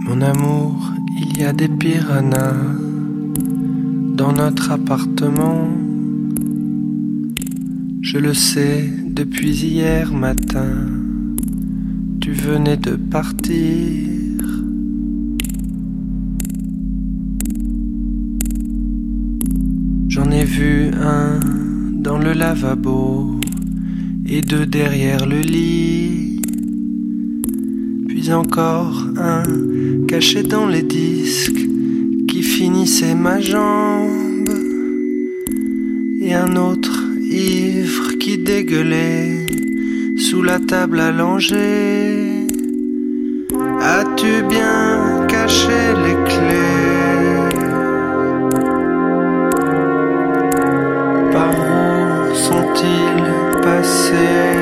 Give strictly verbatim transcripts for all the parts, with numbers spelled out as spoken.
Mon amour, il y a des piranhas dans notre appartement. Je le sais depuis hier matin. Tu venais de partir. J'en ai vu un dans le lavabo et deux derrière le lit. Puis encore un caché dans les disques qui finissait ma jambe. Et un autre ivre qui dégueulait sous la table allongée. As-tu bien caché les clés? Par où sont-ils passés?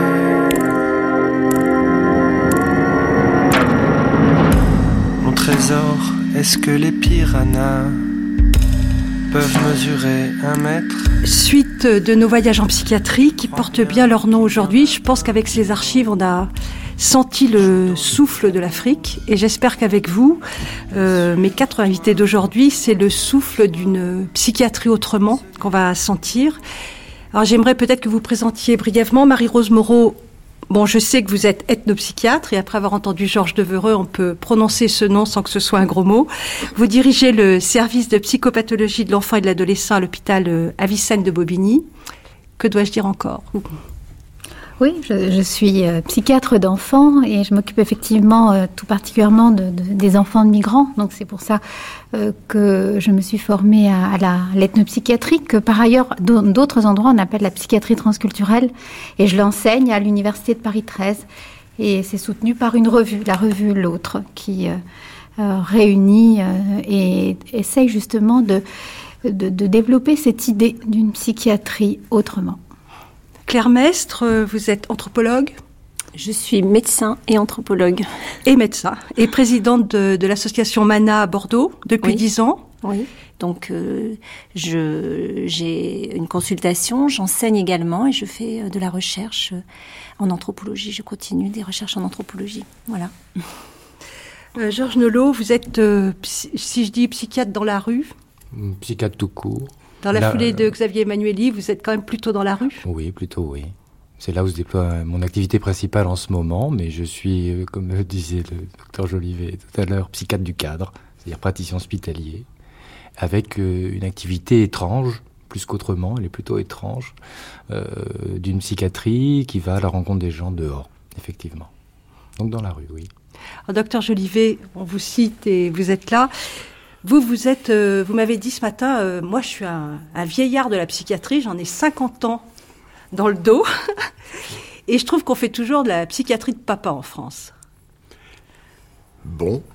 Mon trésor, est-ce que les piranhas peuvent mesurer un mètre? Suite de nos voyages en psychiatrie qui portent bien leur nom aujourd'hui, je pense qu'avec ces archives, on a senti le souffle de l'Afrique et j'espère qu'avec vous, euh, mes quatre invités d'aujourd'hui, c'est le souffle d'une psychiatrie autrement qu'on va sentir. Alors j'aimerais peut-être que vous présentiez brièvement Marie-Rose Moreau. Bon, je sais que vous êtes ethnopsychiatre et après avoir entendu Georges Devereux, on peut prononcer ce nom sans que ce soit un gros mot. Vous dirigez le service de psychopathologie de l'enfant et de l'adolescent à l'hôpital Avicenne de Bobigny. Que dois-je dire encore ? Oui, je, je suis euh, psychiatre d'enfants et je m'occupe effectivement euh, tout particulièrement de, de, des enfants de migrants. Donc c'est pour ça euh, que je me suis formée à, à, la, à l'ethnopsychiatrie, que par ailleurs d'autres endroits on appelle la psychiatrie transculturelle. Et je l'enseigne à l'université de Paris treize. Et c'est soutenu par une revue, la revue L'Autre, qui euh, euh, réunit euh, et essaye justement de, de, de développer cette idée d'une psychiatrie autrement. Claire Mestre, vous êtes anthropologue ? Je suis médecin et anthropologue. Et médecin. Et présidente de, de l'association MANA à Bordeaux depuis dix oui. ans. Oui. Donc, euh, je, j'ai une consultation, j'enseigne également et je fais de la recherche en anthropologie. Je continue des recherches en anthropologie. Voilà. Euh, Georges Nolot, vous êtes, euh, psy, si je dis psychiatre dans la rue ? Psychiatre tout court. Dans la, la foulée de euh, Xavier Emmanueli, vous êtes quand même plutôt dans la rue ? Oui, plutôt oui. C'est là où se déploie mon activité principale en ce moment, mais je suis, comme disait le docteur Jolivet tout à l'heure, psychiatre du cadre, c'est-à-dire praticien hospitalier, avec une activité étrange, plus qu'autrement, elle est plutôt étrange, euh, d'une psychiatrie qui va à la rencontre des gens dehors, effectivement. Donc dans la rue, oui. Alors, docteur Jolivet, on vous cite et vous êtes là. Vous, vous êtes, euh, vous m'avez dit ce matin, euh, moi je suis un, un vieillard de la psychiatrie, j'en ai cinquante ans dans le dos, et je trouve qu'on fait toujours de la psychiatrie de papa en France. Bon.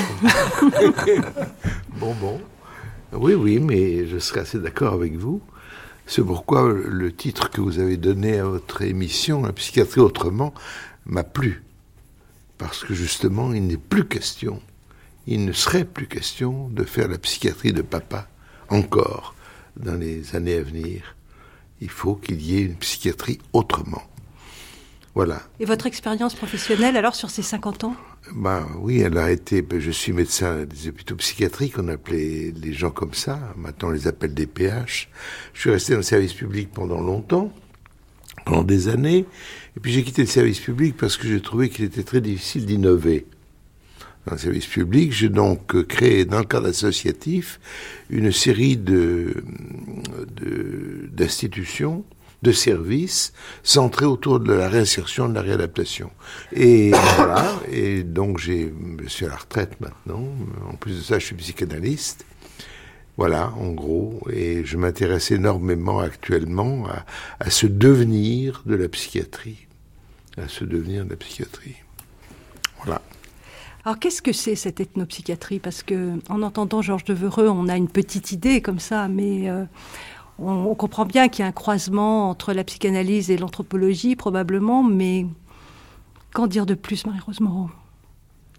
bon, bon. Oui, oui, mais je serais assez d'accord avec vous. C'est pourquoi le titre que vous avez donné à votre émission, La psychiatrie autrement, m'a plu. Parce que justement, il n'est plus question... Il ne serait plus question de faire la psychiatrie de papa, encore, dans les années à venir. Il faut qu'il y ait une psychiatrie autrement. Voilà. Et votre expérience professionnelle, alors, sur ces cinquante ans ? Ben oui, elle a été... Ben, je suis médecin des hôpitaux psychiatriques, on appelait les gens comme ça. Maintenant, on les appelle des P H. Je suis resté dans le service public pendant longtemps, pendant des années. Et puis j'ai quitté le service public parce que j'ai trouvé qu'il était très difficile d'innover. Dans le service public, j'ai donc créé, dans le cadre associatif, une série de, de, d'institutions, de services, centrés autour de la réinsertion, de la réadaptation. Et voilà, et donc j'ai, je suis à la retraite maintenant, en plus de ça, je suis psychanalyste. Voilà, en gros, et je m'intéresse énormément actuellement à, à ce devenir de la psychiatrie, à ce devenir de la psychiatrie. Voilà. Alors, qu'est-ce que c'est cette ethnopsychiatrie ? Parce que, en entendant Georges Devereux, on a une petite idée comme ça, mais euh, on, on comprend bien qu'il y a un croisement entre la psychanalyse et l'anthropologie, probablement, mais qu'en dire de plus, Marie-Rose Moreau ?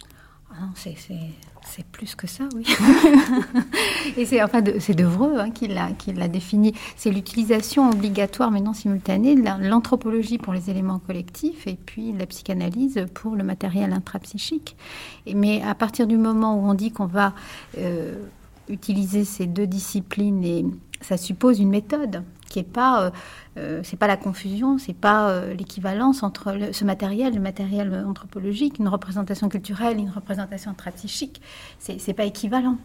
non, c'est, c'est, c'est plus que ça, oui. Et c'est, enfin, de, c'est Devreux hein, qui, l'a, qui l'a défini. C'est l'utilisation obligatoire mais non simultanée de la, l'anthropologie pour les éléments collectifs et puis la psychanalyse pour le matériel intrapsychique. Et, mais à partir du moment où on dit qu'on va euh, utiliser ces deux disciplines, et ça suppose une méthode qui est pas, euh, euh, c'est pas la confusion, c'est pas euh, l'équivalence entre le, ce matériel, le matériel anthropologique, une représentation culturelle, une représentation intrapsychique. C'est, c'est pas équivalent.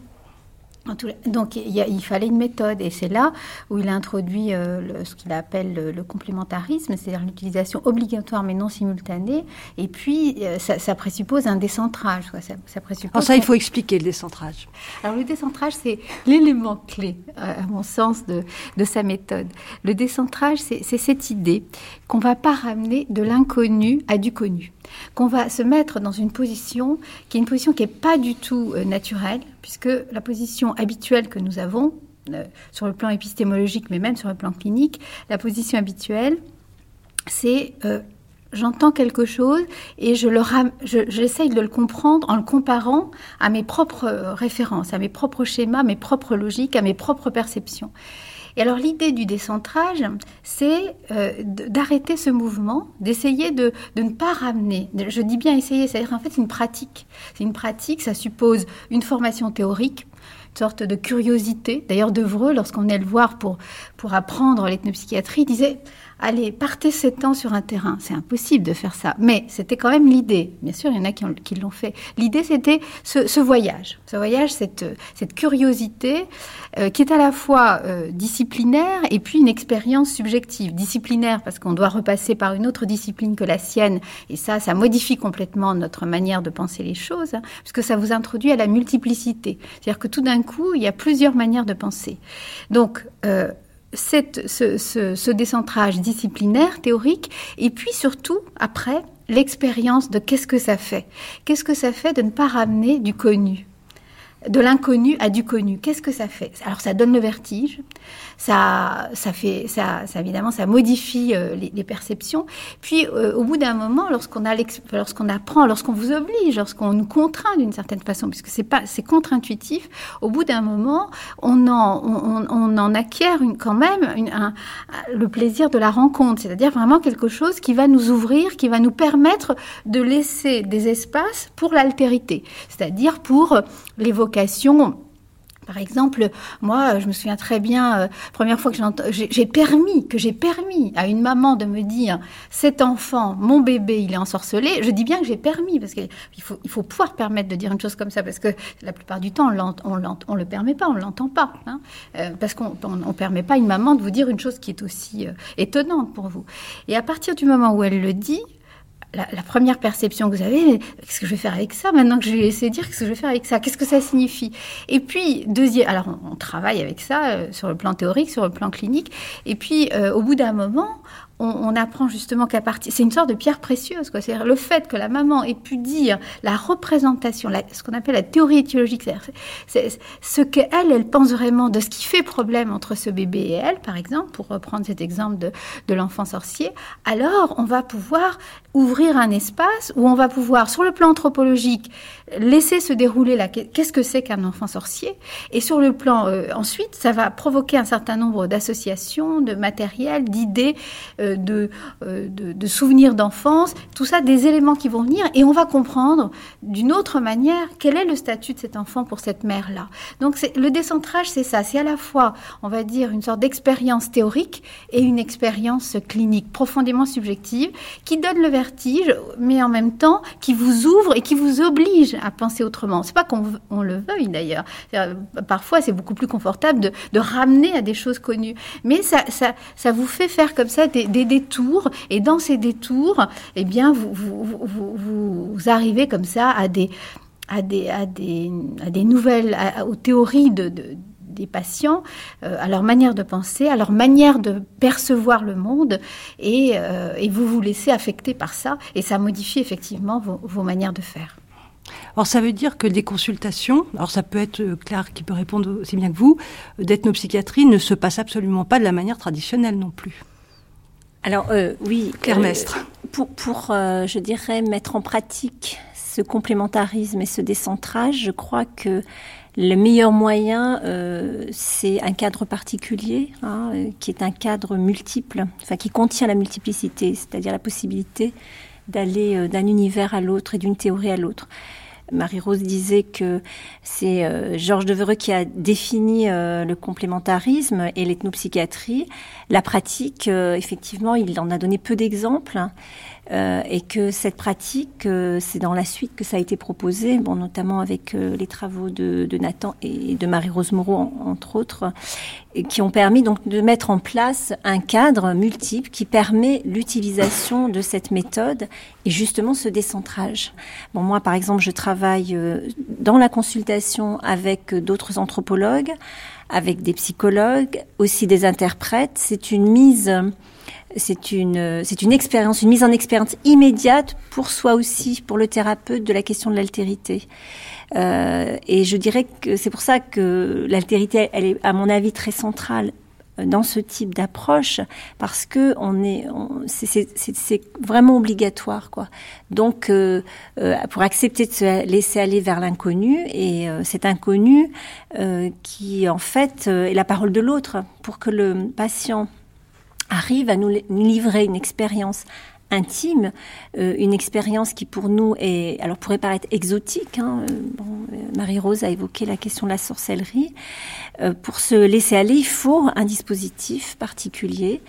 Donc il, y a, il fallait une méthode, et c'est là où il a introduit euh, le, ce qu'il appelle le, le complémentarisme, c'est-à-dire l'utilisation obligatoire mais non simultanée, et puis euh, ça, ça présuppose un décentrage. Quoi. Ça, ça présuppose Alors ça, il faut expliquer le décentrage. Alors le décentrage, c'est l'élément clé, à mon sens, de, de sa méthode. Le décentrage, c'est, c'est cette idée qu'on ne va pas ramener de l'inconnu à du connu, qu'on va se mettre dans une position qui est une position qui n'est pas du tout euh, naturelle, puisque la position habituelle que nous avons, euh, sur le plan épistémologique, mais même sur le plan clinique, la position habituelle, c'est euh, j'entends quelque chose et je le ram- je, j'essaye de le comprendre en le comparant à mes propres euh, références, à mes propres schémas, mes propres logiques, à mes propres perceptions. Et alors l'idée du décentrage, c'est euh, d'arrêter ce mouvement, d'essayer de, de ne pas ramener. Je dis bien essayer, c'est-à-dire en fait c'est une pratique. C'est une pratique, ça suppose une formation théorique, une sorte de curiosité. D'ailleurs, Devreux, lorsqu'on est le voir pour, pour apprendre l'ethnopsychiatrie, disait « Allez, partez sept ans sur un terrain ». C'est impossible de faire ça, mais c'était quand même l'idée. Bien sûr, il y en a qui, ont, qui l'ont fait. L'idée, c'était ce, ce voyage. Ce voyage, cette, cette curiosité euh, qui est à la fois euh, disciplinaire et puis une expérience subjective. Disciplinaire parce qu'on doit repasser par une autre discipline que la sienne, et ça, ça modifie complètement notre manière de penser les choses, hein, puisque ça vous introduit à la multiplicité. C'est-à-dire que tout d'un coup, il y a plusieurs manières de penser. Donc, euh, cette, ce, ce, ce décentrage disciplinaire, théorique, et puis surtout, après, l'expérience de qu'est-ce que ça fait. Qu'est-ce que ça fait de ne pas ramener du connu, de l'inconnu à du connu. Qu'est-ce que ça fait ? Alors, ça donne le vertige, ça, ça fait, ça, ça évidemment, ça modifie euh, les, les perceptions. Puis, euh, au bout d'un moment, lorsqu'on a lorsqu'on apprend, lorsqu'on vous oblige, lorsqu'on nous contraint d'une certaine façon, puisque c'est pas, c'est contre-intuitif, au bout d'un moment, on en, on, on en acquiert une, quand même une, un, le plaisir de la rencontre, c'est-à-dire vraiment quelque chose qui va nous ouvrir, qui va nous permettre de laisser des espaces pour l'altérité, c'est-à-dire pour l'évocation. Par exemple, moi, je me souviens très bien, euh, première fois que j'ai, j'ai permis, que j'ai permis à une maman de me dire « cet enfant, mon bébé, il est ensorcelé », je dis bien que j'ai permis, parce qu'il faut, il faut pouvoir permettre de dire une chose comme ça, parce que la plupart du temps, on ne le permet pas, on ne l'entend pas, hein, euh, parce qu'on ne permet pas à une maman de vous dire une chose qui est aussi euh, étonnante pour vous. Et à partir du moment où elle le dit, La, la première perception que vous avez, qu'est-ce que je vais faire avec ça maintenant que je lui ai laissé dire, qu'est-ce que je vais faire avec ça, qu'est-ce que ça signifie? Et puis, deuxième, alors on, on travaille avec ça euh, sur le plan théorique, sur le plan clinique, et puis euh, au bout d'un moment, on, on apprend justement qu'à partir, c'est une sorte de pierre précieuse, quoi. C'est-à-dire le fait que la maman ait pu dire la représentation, la, ce qu'on appelle la théorie étiologique, c'est-à-dire c'est, c'est ce qu'elle, elle pense vraiment de ce qui fait problème entre ce bébé et elle, par exemple, pour reprendre cet exemple de, de l'enfant sorcier, alors on va pouvoir ouvrir un espace où on va pouvoir, sur le plan anthropologique, laisser se dérouler la qu'est-ce que c'est qu'un enfant sorcier, et sur le plan euh, ensuite, ça va provoquer un certain nombre d'associations, de matériel, d'idées, euh, de, euh, de, de souvenirs d'enfance, tout ça, des éléments qui vont venir, et on va comprendre d'une autre manière quel est le statut de cet enfant pour cette mère-là. Donc c'est, le décentrage, c'est ça, c'est à la fois, on va dire, une sorte d'expérience théorique et une expérience clinique profondément subjective qui donne le vertige, mais en même temps qui vous ouvre et qui vous oblige à penser autrement. C'est pas qu'on on le veuille d'ailleurs. C'est-à-dire, parfois, c'est beaucoup plus confortable de, de ramener à des choses connues. Mais ça, ça, ça vous fait faire comme ça des, des détours. Et dans ces détours, eh bien, vous, vous, vous, vous, vous arrivez comme ça à des, à des, à des, à des nouvelles, à, aux théories de, de des patients, euh, à leur manière de penser, à leur manière de percevoir le monde, et, euh, et vous vous laissez affecter par ça, et ça modifie effectivement vos, vos manières de faire. Alors ça veut dire que des consultations, alors ça peut être Claire qui peut répondre aussi bien que vous, d'ethnopsychiatrie ne se passe absolument pas de la manière traditionnelle non plus. Alors euh, oui, Claire Mestre. Euh, pour, pour euh, je dirais, mettre en pratique ce complémentarisme et ce décentrage, je crois que le meilleur moyen, euh, c'est un cadre particulier, hein, euh, qui est un cadre multiple, enfin qui contient la multiplicité, c'est-à-dire la possibilité d'aller euh, d'un univers à l'autre et d'une théorie à l'autre. Marie-Rose disait que c'est euh, Georges Devereux qui a défini euh, le complémentarisme et l'ethnopsychiatrie. La pratique, euh, effectivement, il en a donné peu d'exemples. Hein. Euh, et que cette pratique, euh, c'est dans la suite que ça a été proposé, bon, notamment avec euh, les travaux de, de Nathan et de Marie-Rose Moreau, en, entre autres, et qui ont permis donc de mettre en place un cadre multiple qui permet l'utilisation de cette méthode et justement ce décentrage. Bon, moi, par exemple, je travaille euh, dans la consultation avec d'autres anthropologues, avec des psychologues, aussi des interprètes. C'est une mise... C'est une, c'est une expérience, une mise en expérience immédiate pour soi aussi, pour le thérapeute, de la question de l'altérité. Euh, et je dirais que c'est pour ça que l'altérité, elle est, à mon avis, très centrale dans ce type d'approche, parce que on est, on, c'est, c'est, c'est, c'est vraiment obligatoire, quoi. Donc, euh, euh, pour accepter de se laisser aller vers l'inconnu, et euh, cet inconnu euh, qui, en fait, euh, est la parole de l'autre, pour que le patient arrive à nous livrer une expérience intime, euh, une expérience qui pour nous est, alors pourrait paraître exotique. Hein, euh, bon, euh, Marie-Rose a évoqué la question de la sorcellerie. Euh, pour se laisser aller, il faut un dispositif particulier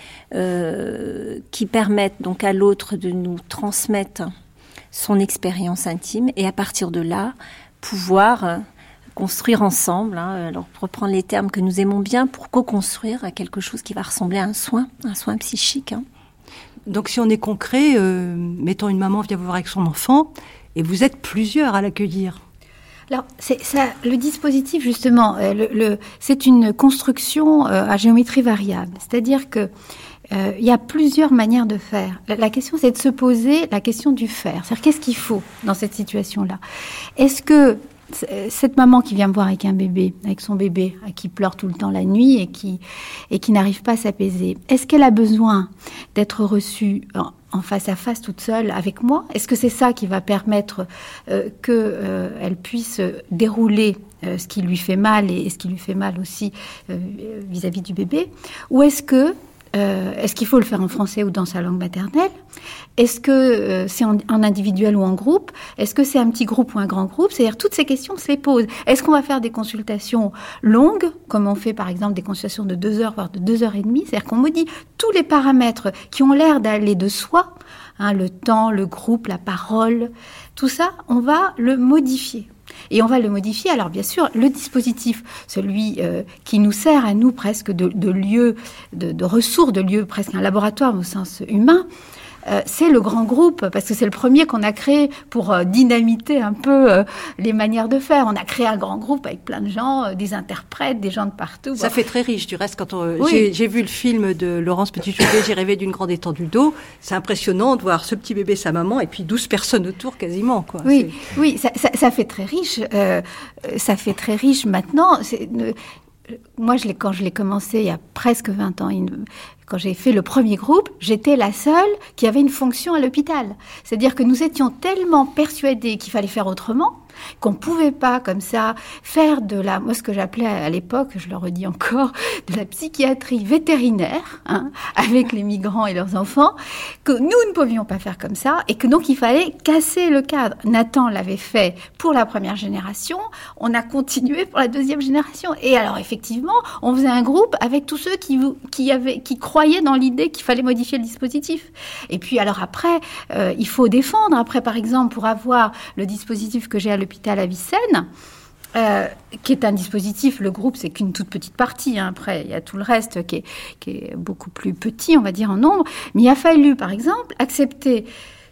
euh, qui permette donc à l'autre de nous transmettre son expérience intime et à partir de là, pouvoir euh, construire ensemble, hein, alors pour reprendre les termes que nous aimons bien, pour co-construire quelque chose qui va ressembler à un soin, un soin psychique. Hein. Donc si on est concret, euh, mettons une maman vient vous voir avec son enfant, et vous êtes plusieurs à l'accueillir. Alors, c'est, ça, le dispositif, justement, euh, le, le, c'est une construction euh, à géométrie variable. C'est-à-dire que euh, il y a plusieurs manières de faire. La, la question, c'est de se poser la question du faire. C'est-à-dire, qu'est-ce qu'il faut dans cette situation-là ? Est-ce que cette maman qui vient me voir avec un bébé, avec son bébé, qui pleure tout le temps la nuit et qui, et qui n'arrive pas à s'apaiser, est-ce qu'elle a besoin d'être reçue en, en face à face toute seule avec moi ? Est-ce que c'est ça qui va permettre euh, qu'elle euh, puisse dérouler euh, ce qui lui fait mal et, et ce qui lui fait mal aussi euh, vis-à-vis du bébé ? Ou est-ce que Euh, est-ce qu'il faut le faire en français ou dans sa langue maternelle ? Est-ce que euh, c'est en, en individuel ou en groupe ? Est-ce que c'est un petit groupe ou un grand groupe ? C'est-à-dire, toutes ces questions se les posent. Est-ce qu'on va faire des consultations longues, comme on fait par exemple des consultations de deux heures, voire de deux heures et demie ? C'est-à-dire qu'on modifie tous les paramètres qui ont l'air d'aller de soi, hein, le temps, le groupe, la parole, tout ça, on va le modifier. Et on va le modifier. Alors bien sûr, le dispositif, celui euh, qui nous sert à nous presque de, de lieu, de, de ressources, de lieu presque un laboratoire au sens humain, euh, c'est le grand groupe, parce que c'est le premier qu'on a créé pour euh, dynamiter un peu euh, les manières de faire. On a créé un grand groupe avec plein de gens, euh, des interprètes, des gens de partout. Ça bon. fait très riche, du reste. Quand on, oui. j'ai, j'ai vu le film de Laurence Petit-Jouvet, J'ai rêvé d'une grande étendue d'eau. C'est impressionnant de voir ce petit bébé, sa maman, et puis douze personnes autour quasiment, quoi. Oui, c'est... oui, ça, ça, ça fait très riche. Euh, ça fait très riche maintenant. C'est, euh, moi, je l'ai, quand je l'ai commencé il y a presque vingt ans, une, quand j'ai fait le premier groupe, j'étais la seule qui avait une fonction à l'hôpital. C'est-à-dire que nous étions tellement persuadés qu'il fallait faire autrement, qu'on ne pouvait pas, comme ça, faire de la, moi, ce que j'appelais à l'époque, je le redis encore, de la psychiatrie vétérinaire, hein, avec les migrants et leurs enfants, que nous ne pouvions pas faire comme ça, et que donc il fallait casser le cadre. Nathan l'avait fait pour la première génération, on a continué pour la deuxième génération. Et alors, effectivement, on faisait un groupe avec tous ceux qui, qui, avaient, qui croyaient dans l'idée qu'il fallait modifier le dispositif. Et puis, alors après, euh, il faut défendre. Après, par exemple, pour avoir le dispositif que j'ai à l'hôpital à Vicenne, euh, qui est un dispositif, le groupe, c'est qu'une toute petite partie. Hein. Après, il y a tout le reste qui est, qui est beaucoup plus petit, on va dire, en nombre. Mais il a fallu, par exemple, accepter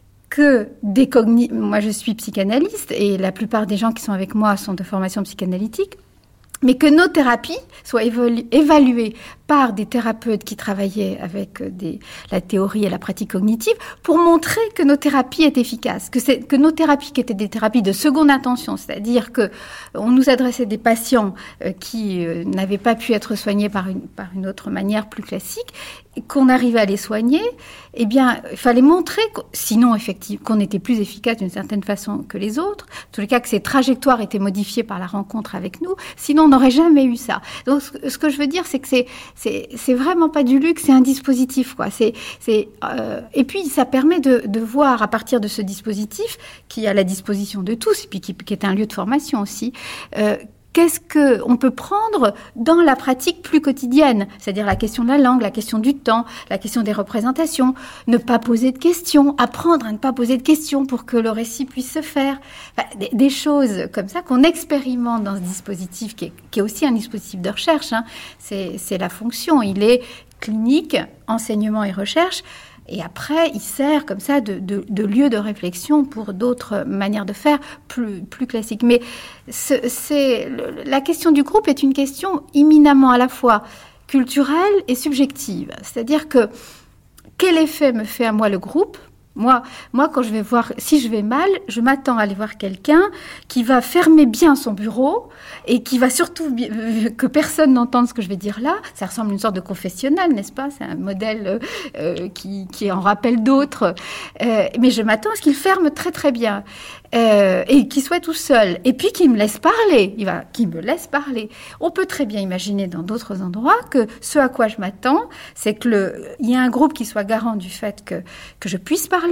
que des cognitifs... Moi, je suis psychanalyste et la plupart des gens qui sont avec moi sont de formation psychanalytique. Mais que nos thérapies soient évalu- évaluées par des thérapeutes qui travaillaient avec des, la théorie et la pratique cognitive pour montrer que nos thérapies étaient efficaces, que, c'est, que nos thérapies qui étaient des thérapies de seconde intention, c'est-à-dire que on nous adressait des patients euh, qui euh, n'avaient pas pu être soignés par une, par une autre manière plus classique, qu'on arrivait à les soigner, eh bien, il fallait montrer, que, sinon, effectivement, qu'on était plus efficace d'une certaine façon que les autres. En tous les cas, que ces trajectoires étaient modifiées par la rencontre avec nous. Sinon, on n'aurait jamais eu ça. Donc, ce que je veux dire, c'est que c'est, c'est, c'est vraiment pas du luxe, c'est un dispositif, quoi. C'est, c'est, euh, et puis, ça permet de, de voir, à partir de ce dispositif, qui est à la disposition de tous, et puis qui, qui est un lieu de formation aussi, euh, qu'est-ce qu'on peut prendre dans la pratique plus quotidienne, c'est-à-dire la question de la langue, la question du temps, la question des représentations, ne pas poser de questions, apprendre à ne pas poser de questions pour que le récit puisse se faire. Enfin, des, des choses comme ça qu'on expérimente dans ce dispositif, qui est, qui est aussi un dispositif de recherche, hein. c'est, c'est la fonction, il est clinique, enseignement et recherche. Et après, il sert comme ça de, de, de lieu de réflexion pour d'autres manières de faire plus, plus classiques. Mais c'est, c'est, la question du groupe est une question éminemment à la fois culturelle et subjective. C'est-à-dire que quel effet me fait à moi le groupe ? Moi, moi, quand je vais voir, si je vais mal, je m'attends à aller voir quelqu'un qui va fermer bien son bureau et qui va surtout que personne n'entende ce que je vais dire là. Ça ressemble à une sorte de confessionnal, n'est-ce pas ? C'est un modèle euh, qui, qui en rappelle d'autres. Euh, mais je m'attends à ce qu'il ferme très très bien euh, et qu'il soit tout seul. Et puis qu'il me laisse parler. Il va, qu'il me laisse parler. On peut très bien imaginer dans d'autres endroits que ce à quoi je m'attends, c'est que le, il y a un groupe qui soit garant du fait que que je puisse parler.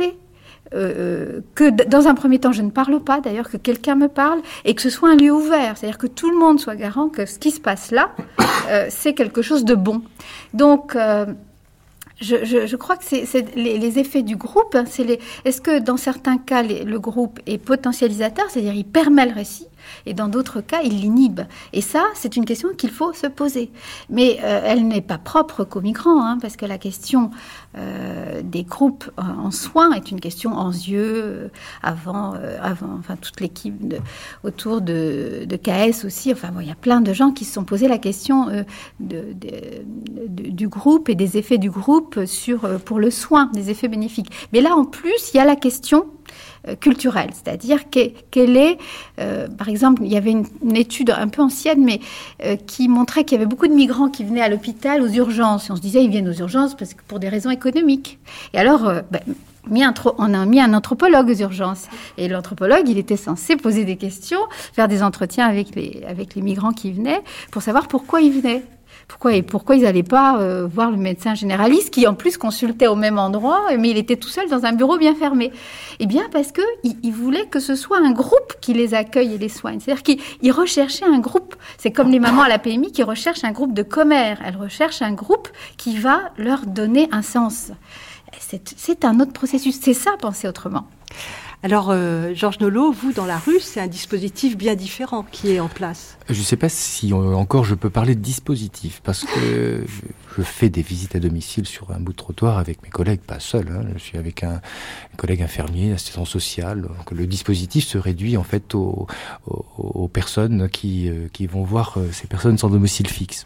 Euh, que d- dans un premier temps je ne parle pas, d'ailleurs que quelqu'un me parle et que ce soit un lieu ouvert, c'est-à-dire que tout le monde soit garant que ce qui se passe là euh, c'est quelque chose de bon. Donc euh, je, je, je crois que c'est, c'est les, les effets du groupe, hein, c'est les, est-ce que dans certains cas les, le groupe est potentialisateur, c'est-à-dire il permet le récit, et dans d'autres cas, il l'inhibe. Et ça, c'est une question qu'il faut se poser. Mais euh, elle n'est pas propre qu'aux migrants, hein, parce que la question euh, des groupes en soins est une question en yeux, euh, avant, euh, avant, enfin toute l'équipe de, autour de, de K S aussi. Enfin, bon, il y a plein de gens qui se sont posé la question euh, de, de, de, du groupe et des effets du groupe sur, euh, pour le soin, des effets bénéfiques. Mais là, en plus, il y a la question culturelle, c'est-à-dire que, quelle est, euh, par exemple, il y avait une, une étude un peu ancienne, mais euh, qui montrait qu'il y avait beaucoup de migrants qui venaient à l'hôpital aux urgences. Et on se disait, ils viennent aux urgences parce que pour des raisons économiques. Et alors, euh, ben, mis un, on a mis un anthropologue aux urgences. Et l'anthropologue, il était censé poser des questions, faire des entretiens avec les, avec les migrants qui venaient, pour savoir pourquoi ils venaient. Pourquoi, et pourquoi ils n'allaient pas euh, voir le médecin généraliste qui, en plus, consultait au même endroit, mais il était tout seul dans un bureau bien fermé. Eh bien, parce qu'il il voulait que ce soit un groupe qui les accueille et les soigne. C'est-à-dire qu'il il recherchait un groupe. C'est comme les mamans à la P M I qui recherchent un groupe de commères. Elles recherchent un groupe qui va leur donner un sens. C'est, c'est un autre processus. C'est ça, penser autrement. Alors, euh, Georges Nolot, vous, dans la rue, c'est un dispositif bien différent qui est en place. Je ne sais pas si euh, encore je peux parler de dispositif, parce que je fais des visites à domicile sur un bout de trottoir avec mes collègues, pas seul. Hein, je suis avec un, un collègue infirmier, assistant social. Donc, le dispositif se réduit en fait aux, aux, aux personnes qui, euh, qui vont voir euh, ces personnes sans domicile fixe.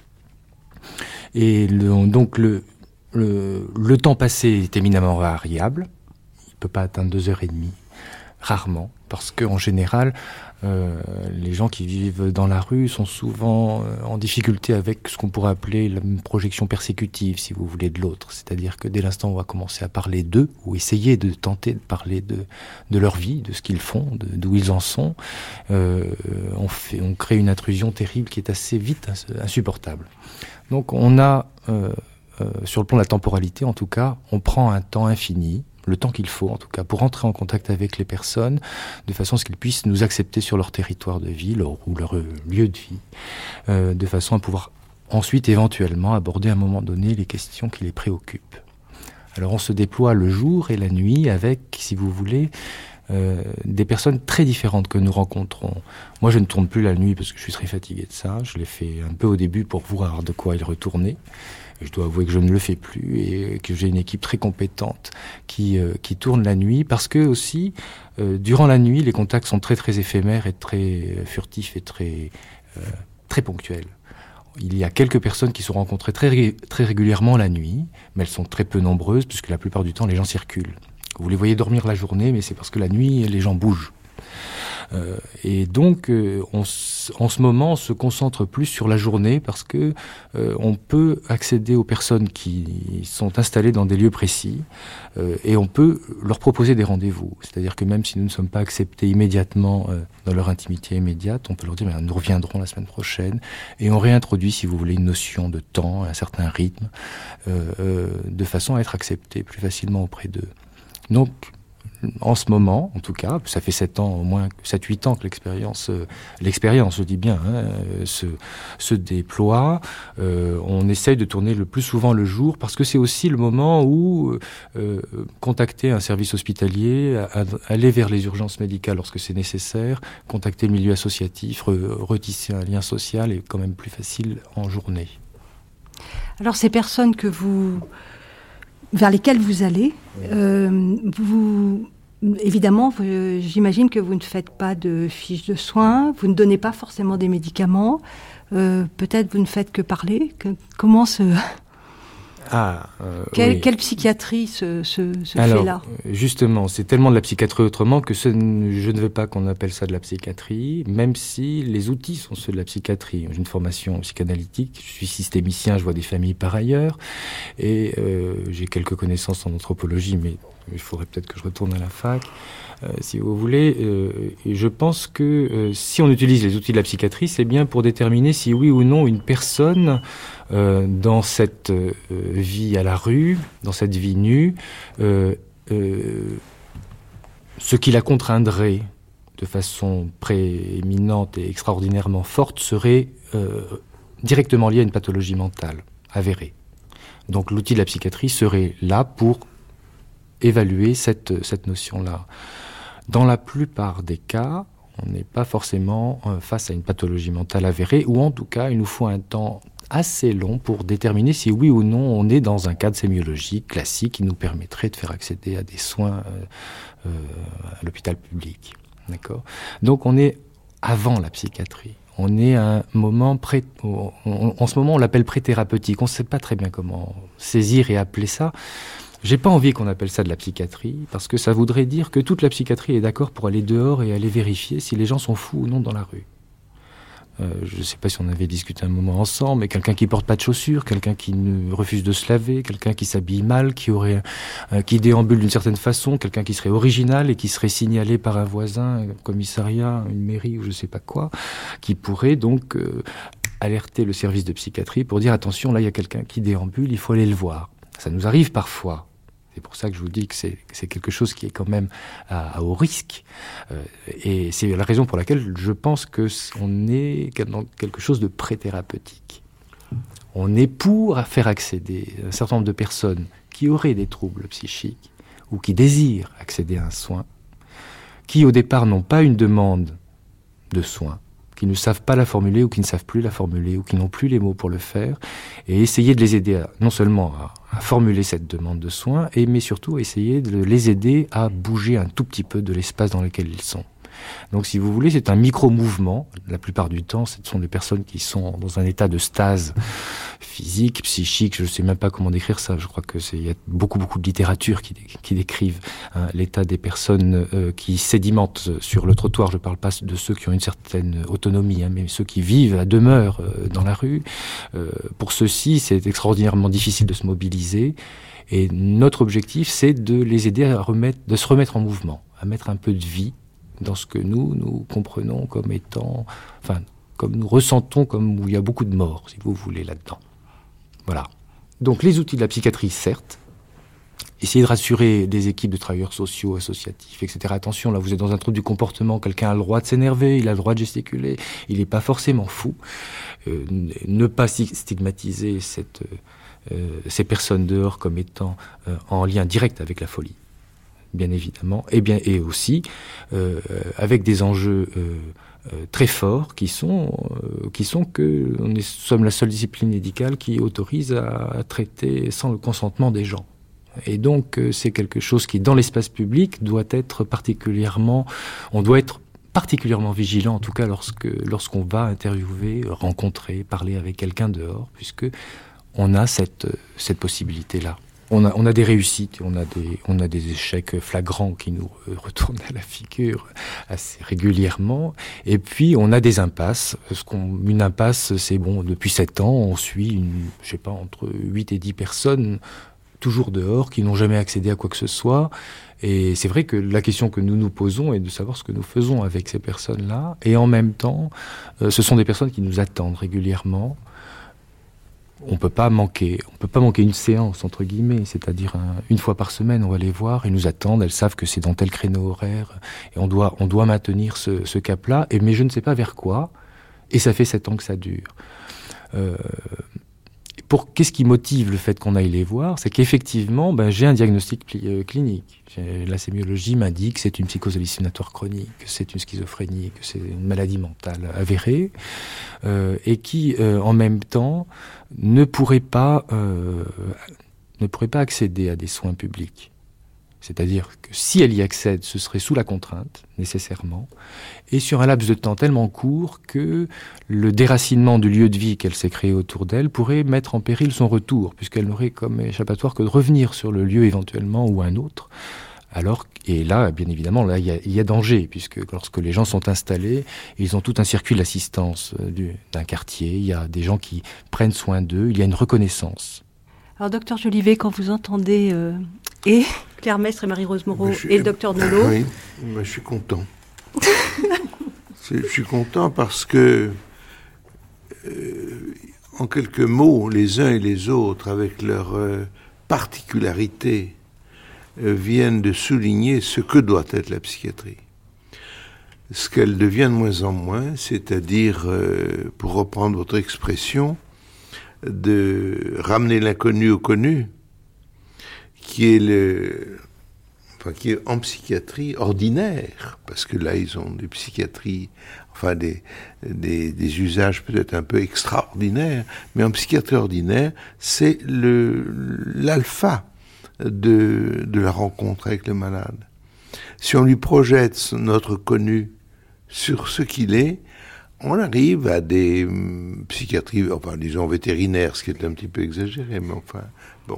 Et le, donc, le, le, le temps passé est éminemment variable. Il ne peut pas atteindre deux heures et demie. Rarement, parce qu'en général, euh, les gens qui vivent dans la rue sont souvent euh, en difficulté avec ce qu'on pourrait appeler la projection persécutive, si vous voulez, de l'autre. C'est-à-dire que dès l'instant où on va commencer à parler d'eux, ou essayer de tenter de parler de, de leur vie, de ce qu'ils font, de, d'où ils en sont, euh, on, fait, on crée une intrusion terrible qui est assez vite insupportable. Donc on a, euh, euh, sur le plan de la temporalité en tout cas, on prend un temps infini, le temps qu'il faut en tout cas, pour entrer en contact avec les personnes, de façon à ce qu'ils puissent nous accepter sur leur territoire de vie, leur, ou leur euh, lieu de vie, euh, de façon à pouvoir ensuite éventuellement aborder à un moment donné les questions qui les préoccupent. Alors on se déploie le jour et la nuit avec, si vous voulez, euh, des personnes très différentes que nous rencontrons. Moi je ne tourne plus la nuit parce que je suis très fatigué de ça, je l'ai fait un peu au début pour voir de quoi il retournait. Je dois avouer que je ne le fais plus et que j'ai une équipe très compétente qui, euh, qui tourne la nuit parce que aussi, euh, durant la nuit, les contacts sont très très éphémères et très furtifs et très, euh, très ponctuels. Il y a quelques personnes qui sont rencontrées très, très régulièrement la nuit, mais elles sont très peu nombreuses puisque la plupart du temps les gens circulent. Vous les voyez dormir la journée, mais c'est parce que la nuit les gens bougent. Euh, et donc, euh, on, en ce moment, on se concentre plus sur la journée parce que euh, on peut accéder aux personnes qui sont installées dans des lieux précis euh, et on peut leur proposer des rendez-vous. C'est-à-dire que même si nous ne sommes pas acceptés immédiatement euh, dans leur intimité immédiate, on peut leur dire ben, nous reviendrons la semaine prochaine et on réintroduit, si vous voulez, une notion de temps, un certain rythme, euh, euh, de façon à être accepté plus facilement auprès d'eux. Donc, en ce moment, en tout cas, ça fait sept ans, au moins sept huit ans que l'expérience, euh, l'expérience, je dis bien, hein, se, se déploie. Euh, on essaye de tourner le plus souvent le jour parce que c'est aussi le moment où euh, contacter un service hospitalier, à, à, aller vers les urgences médicales lorsque c'est nécessaire, contacter le milieu associatif, re, retisser un lien social est quand même plus facile en journée. Alors ces personnes que vous... vers lesquelles vous allez, euh, vous, évidemment, vous, j'imagine que vous ne faites pas de fiches de soins, vous ne donnez pas forcément des médicaments, euh, peut-être vous ne faites que parler. Que, comment se... Ah, euh, quelle, oui. quelle psychiatrie se, se, se Alors, fait là ? Justement, c'est tellement de la psychiatrie autrement que ce, je ne veux pas qu'on appelle ça de la psychiatrie, même si les outils sont ceux de la psychiatrie. J'ai une formation psychanalytique, je suis systémicien, je vois des familles par ailleurs, et euh, j'ai quelques connaissances en anthropologie, mais il faudrait peut-être que je retourne à la fac, euh, si vous voulez. Euh, et je pense que euh, si on utilise les outils de la psychiatrie, c'est bien pour déterminer si oui ou non une personne, euh, dans cette euh, vie à la rue, dans cette vie nue, euh, euh, ce qui la contraindrait de façon prééminente et extraordinairement forte serait euh, directement lié à une pathologie mentale avérée. Donc l'outil de la psychiatrie serait là pour évaluer cette, cette notion-là. Dans la plupart des cas, on n'est pas forcément euh, face à une pathologie mentale avérée, ou en tout cas, il nous faut un temps assez long pour déterminer si oui ou non on est dans un cadre sémiologique classique qui nous permettrait de faire accéder à des soins euh, euh, à l'hôpital public. D'accord ? Donc on est avant la psychiatrie. On est à un moment pré... on, on, en ce moment on l'appelle pré-thérapeutique. On ne sait pas très bien comment saisir et appeler ça. J'ai pas envie qu'on appelle ça de la psychiatrie, parce que ça voudrait dire que toute la psychiatrie est d'accord pour aller dehors et aller vérifier si les gens sont fous ou non dans la rue. Euh, je ne sais pas si on avait discuté un moment ensemble, mais quelqu'un qui porte pas de chaussures, quelqu'un qui ne refuse de se laver, quelqu'un qui s'habille mal, qui aurait, euh, qui déambule d'une certaine façon, quelqu'un qui serait original et qui serait signalé par un voisin, un commissariat, une mairie ou je sais pas quoi, qui pourrait donc euh, alerter le service de psychiatrie pour dire attention, là il y a quelqu'un qui déambule, il faut aller le voir. Ça nous arrive parfois. C'est pour ça que je vous dis que c'est, c'est quelque chose qui est quand même à, à haut risque. Euh, et c'est la raison pour laquelle je pense qu'on est dans quelque chose de pré-thérapeutique. On est pour faire accéder un certain nombre de personnes qui auraient des troubles psychiques ou qui désirent accéder à un soin, qui au départ n'ont pas une demande de soin, qui ne savent pas la formuler ou qui ne savent plus la formuler ou qui n'ont plus les mots pour le faire, et essayer de les aider à, non seulement à, à formuler cette demande de soins, et, mais surtout à essayer de les aider à bouger un tout petit peu de l'espace dans lequel ils sont. Donc si vous voulez, c'est un micro-mouvement. La plupart du temps, ce sont des personnes qui sont dans un état de stase physique, psychique, je ne sais même pas comment décrire ça. Je crois que c'est, il y a beaucoup, beaucoup de littérature qui, qui décrivent hein, l'état des personnes euh, qui sédimentent sur le trottoir. Je ne parle pas de ceux qui ont une certaine autonomie, hein, mais ceux qui vivent à demeure euh, dans la rue. Euh, pour ceux-ci, c'est extraordinairement difficile de se mobiliser. Et notre objectif, c'est de les aider à remettre, de se remettre en mouvement, à mettre un peu de vie dans ce que nous, nous comprenons comme étant, enfin, comme nous ressentons comme où il y a beaucoup de morts, si vous voulez, là-dedans. Voilà. Donc les outils de la psychiatrie, certes, essayer de rassurer des équipes de travailleurs sociaux, associatifs, et cetera. Attention, là, vous êtes dans un trouble du comportement, quelqu'un a le droit de s'énerver, il a le droit de gesticuler, il n'est pas forcément fou. Euh, ne pas stigmatiser cette, euh, ces personnes dehors comme étant euh, en lien direct avec la folie, bien évidemment, et bien et aussi euh, avec des enjeux euh, euh, très forts qui sont euh, qui sont que nous sommes la seule discipline médicale qui autorise à, à traiter sans le consentement des gens. Et donc euh, c'est quelque chose qui dans l'espace public doit être particulièrement, on doit être particulièrement vigilant, en tout cas lorsque lorsqu'on va interviewer, rencontrer, parler avec quelqu'un dehors, puisque on a cette cette possibilité là. on a, on a des réussites, on a des, on a des échecs flagrants qui nous retournent à la figure assez régulièrement. Et puis, on a des impasses. Ce qu'on, une impasse, c'est bon, depuis sept ans, on suit, une, je sais pas, entre huit et dix personnes, toujours dehors, qui n'ont jamais accédé à quoi que ce soit. Et c'est vrai que la question que nous nous posons est de savoir ce que nous faisons avec ces personnes-là. Et en même temps, euh, ce sont des personnes qui nous attendent régulièrement. On peut pas manquer, on peut pas manquer une séance, entre guillemets, c'est-à-dire un, une fois par semaine, on va les voir, ils nous attendent, elles savent que c'est dans tel créneau horaire, et on doit, on doit maintenir ce, ce cap-là, et, mais je ne sais pas vers quoi, et ça fait sept ans que ça dure. Euh, pour, qu'est-ce qui motive le fait qu'on aille les voir? C'est qu'effectivement, ben, j'ai un diagnostic pli, euh, clinique. J'ai, la sémiologie m'indique que c'est une psychose hallucinatoire chronique, que c'est une schizophrénie, que c'est une maladie mentale avérée, euh, et qui, euh, en même temps, ne pourrait pas, euh, ne pourrait pas accéder à des soins publics. C'est-à-dire que si elle y accède, ce serait sous la contrainte, nécessairement, et sur un laps de temps tellement court que le déracinement du lieu de vie qu'elle s'est créé autour d'elle pourrait mettre en péril son retour, puisqu'elle n'aurait comme échappatoire que de revenir sur le lieu éventuellement ou un autre. Alors, et là, bien évidemment, là, il y a, il y a danger, puisque lorsque les gens sont installés, ils ont tout un circuit d'assistance du, d'un quartier, il y a des gens qui prennent soin d'eux, il y a une reconnaissance. Alors, docteur Jolivet, quand vous entendez euh, et Claire Mestre et Marie-Rose Moreau suis, et le docteur Nolot... Oui, moi, je suis content. Je suis content parce que, euh, en quelques mots, les uns et les autres, avec leurs euh, particularités, euh, viennent de souligner ce que doit être la psychiatrie. Ce qu'elle devient de moins en moins, c'est-à-dire, euh, pour reprendre votre expression, de ramener l'inconnu au connu, qui est le, enfin qui est en psychiatrie ordinaire, parce que là ils ont des psychiatries, enfin des des, des usages peut-être un peu extraordinaires, mais en psychiatrie ordinaire, c'est le l'alpha de de la rencontre avec le malade. Si on lui projette notre connu sur ce qu'il est, on arrive à des hum, psychiatries, enfin disons vétérinaires, ce qui est un petit peu exagéré, mais enfin, bon.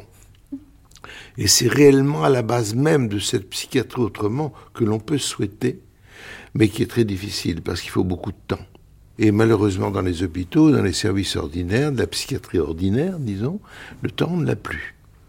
Et c'est réellement à la base même de cette psychiatrie autrement que l'on peut souhaiter, mais qui est très difficile, parce qu'il faut beaucoup de temps. Et malheureusement, dans les hôpitaux, dans les services ordinaires, de la psychiatrie ordinaire, disons, le temps on ne l'a plus.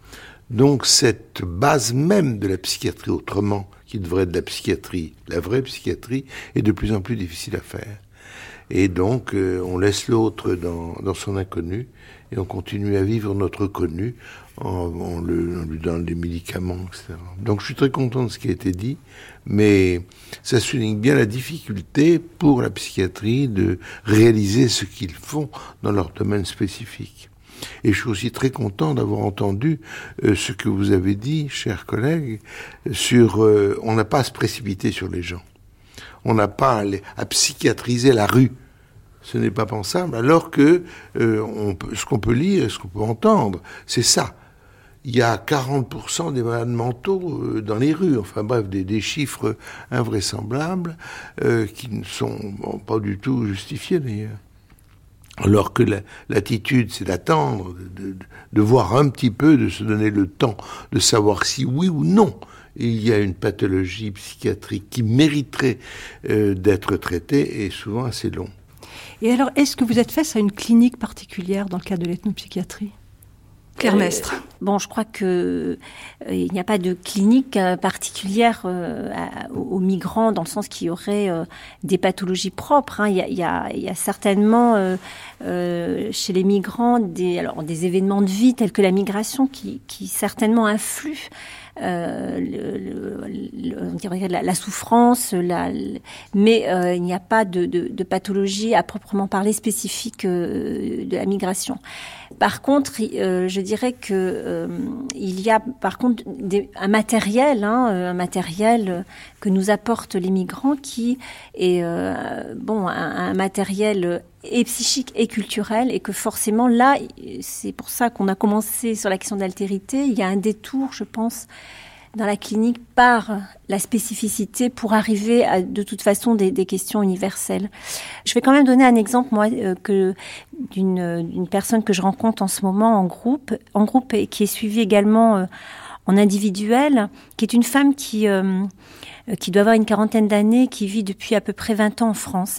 Donc cette base même de la psychiatrie autrement, qui devrait être de la psychiatrie, la vraie psychiatrie, est de plus en plus difficile à faire. Et donc, euh, on laisse l'autre dans, dans son inconnu, et on continue à vivre notre connu en, en, le, en lui donnant des médicaments, et cetera. Donc, je suis très content de ce qui a été dit, mais ça souligne bien la difficulté pour la psychiatrie de réaliser ce qu'ils font dans leur domaine spécifique. Et je suis aussi très content d'avoir entendu euh, ce que vous avez dit, chers collègues, sur euh, on n'a pas à se précipiter sur les gens. On n'a pas à, les, à psychiatriser la rue. Ce n'est pas pensable. Alors que euh, on peut, ce qu'on peut lire, ce qu'on peut entendre, c'est ça. Il y a quarante pour cent des malades mentaux euh, dans les rues. Enfin bref, des, des chiffres invraisemblables euh, qui ne sont bon, pas du tout justifiés d'ailleurs. Alors que la, l'attitude, c'est d'attendre, de, de, de voir un petit peu, de se donner le temps, de savoir si oui ou non il y a une pathologie psychiatrique qui mériterait euh, d'être traitée, et souvent assez long. Et alors, est-ce que vous êtes face à une clinique particulière dans le cadre de l'ethnopsychiatrie ? Claire Mestre. Euh, bon, je crois que euh, il n'y a pas de clinique euh, particulière euh, à, aux migrants, dans le sens qu'il y aurait euh, des pathologies propres. Hein. Il y a, il y a, il y a certainement euh, euh, chez les migrants des, alors, des événements de vie tels que la migration qui, qui certainement influent. Euh, le, le, le, on dirait la, la souffrance, la, le, mais euh, il n'y a pas de, de, de pathologie à proprement parler spécifique euh, de la migration. Par contre, euh, je dirais que euh, il y a par contre des, un matériel, hein, un matériel que nous apportent les migrants qui est euh, bon un, un matériel et psychique et culturel, et que forcément là, c'est pour ça qu'on a commencé sur la question de l'altérité. Il y a un détour, je pense, dans la clinique par la spécificité pour arriver à, de toute façon, des, des questions universelles. Je vais quand même donner un exemple, moi, euh, que d'une, d'une personne que je rencontre en ce moment en groupe, en groupe et qui est suivie également euh, en individuel, qui est une femme qui, euh, qui doit avoir une quarantaine d'années, qui vit depuis à peu près vingt ans en France.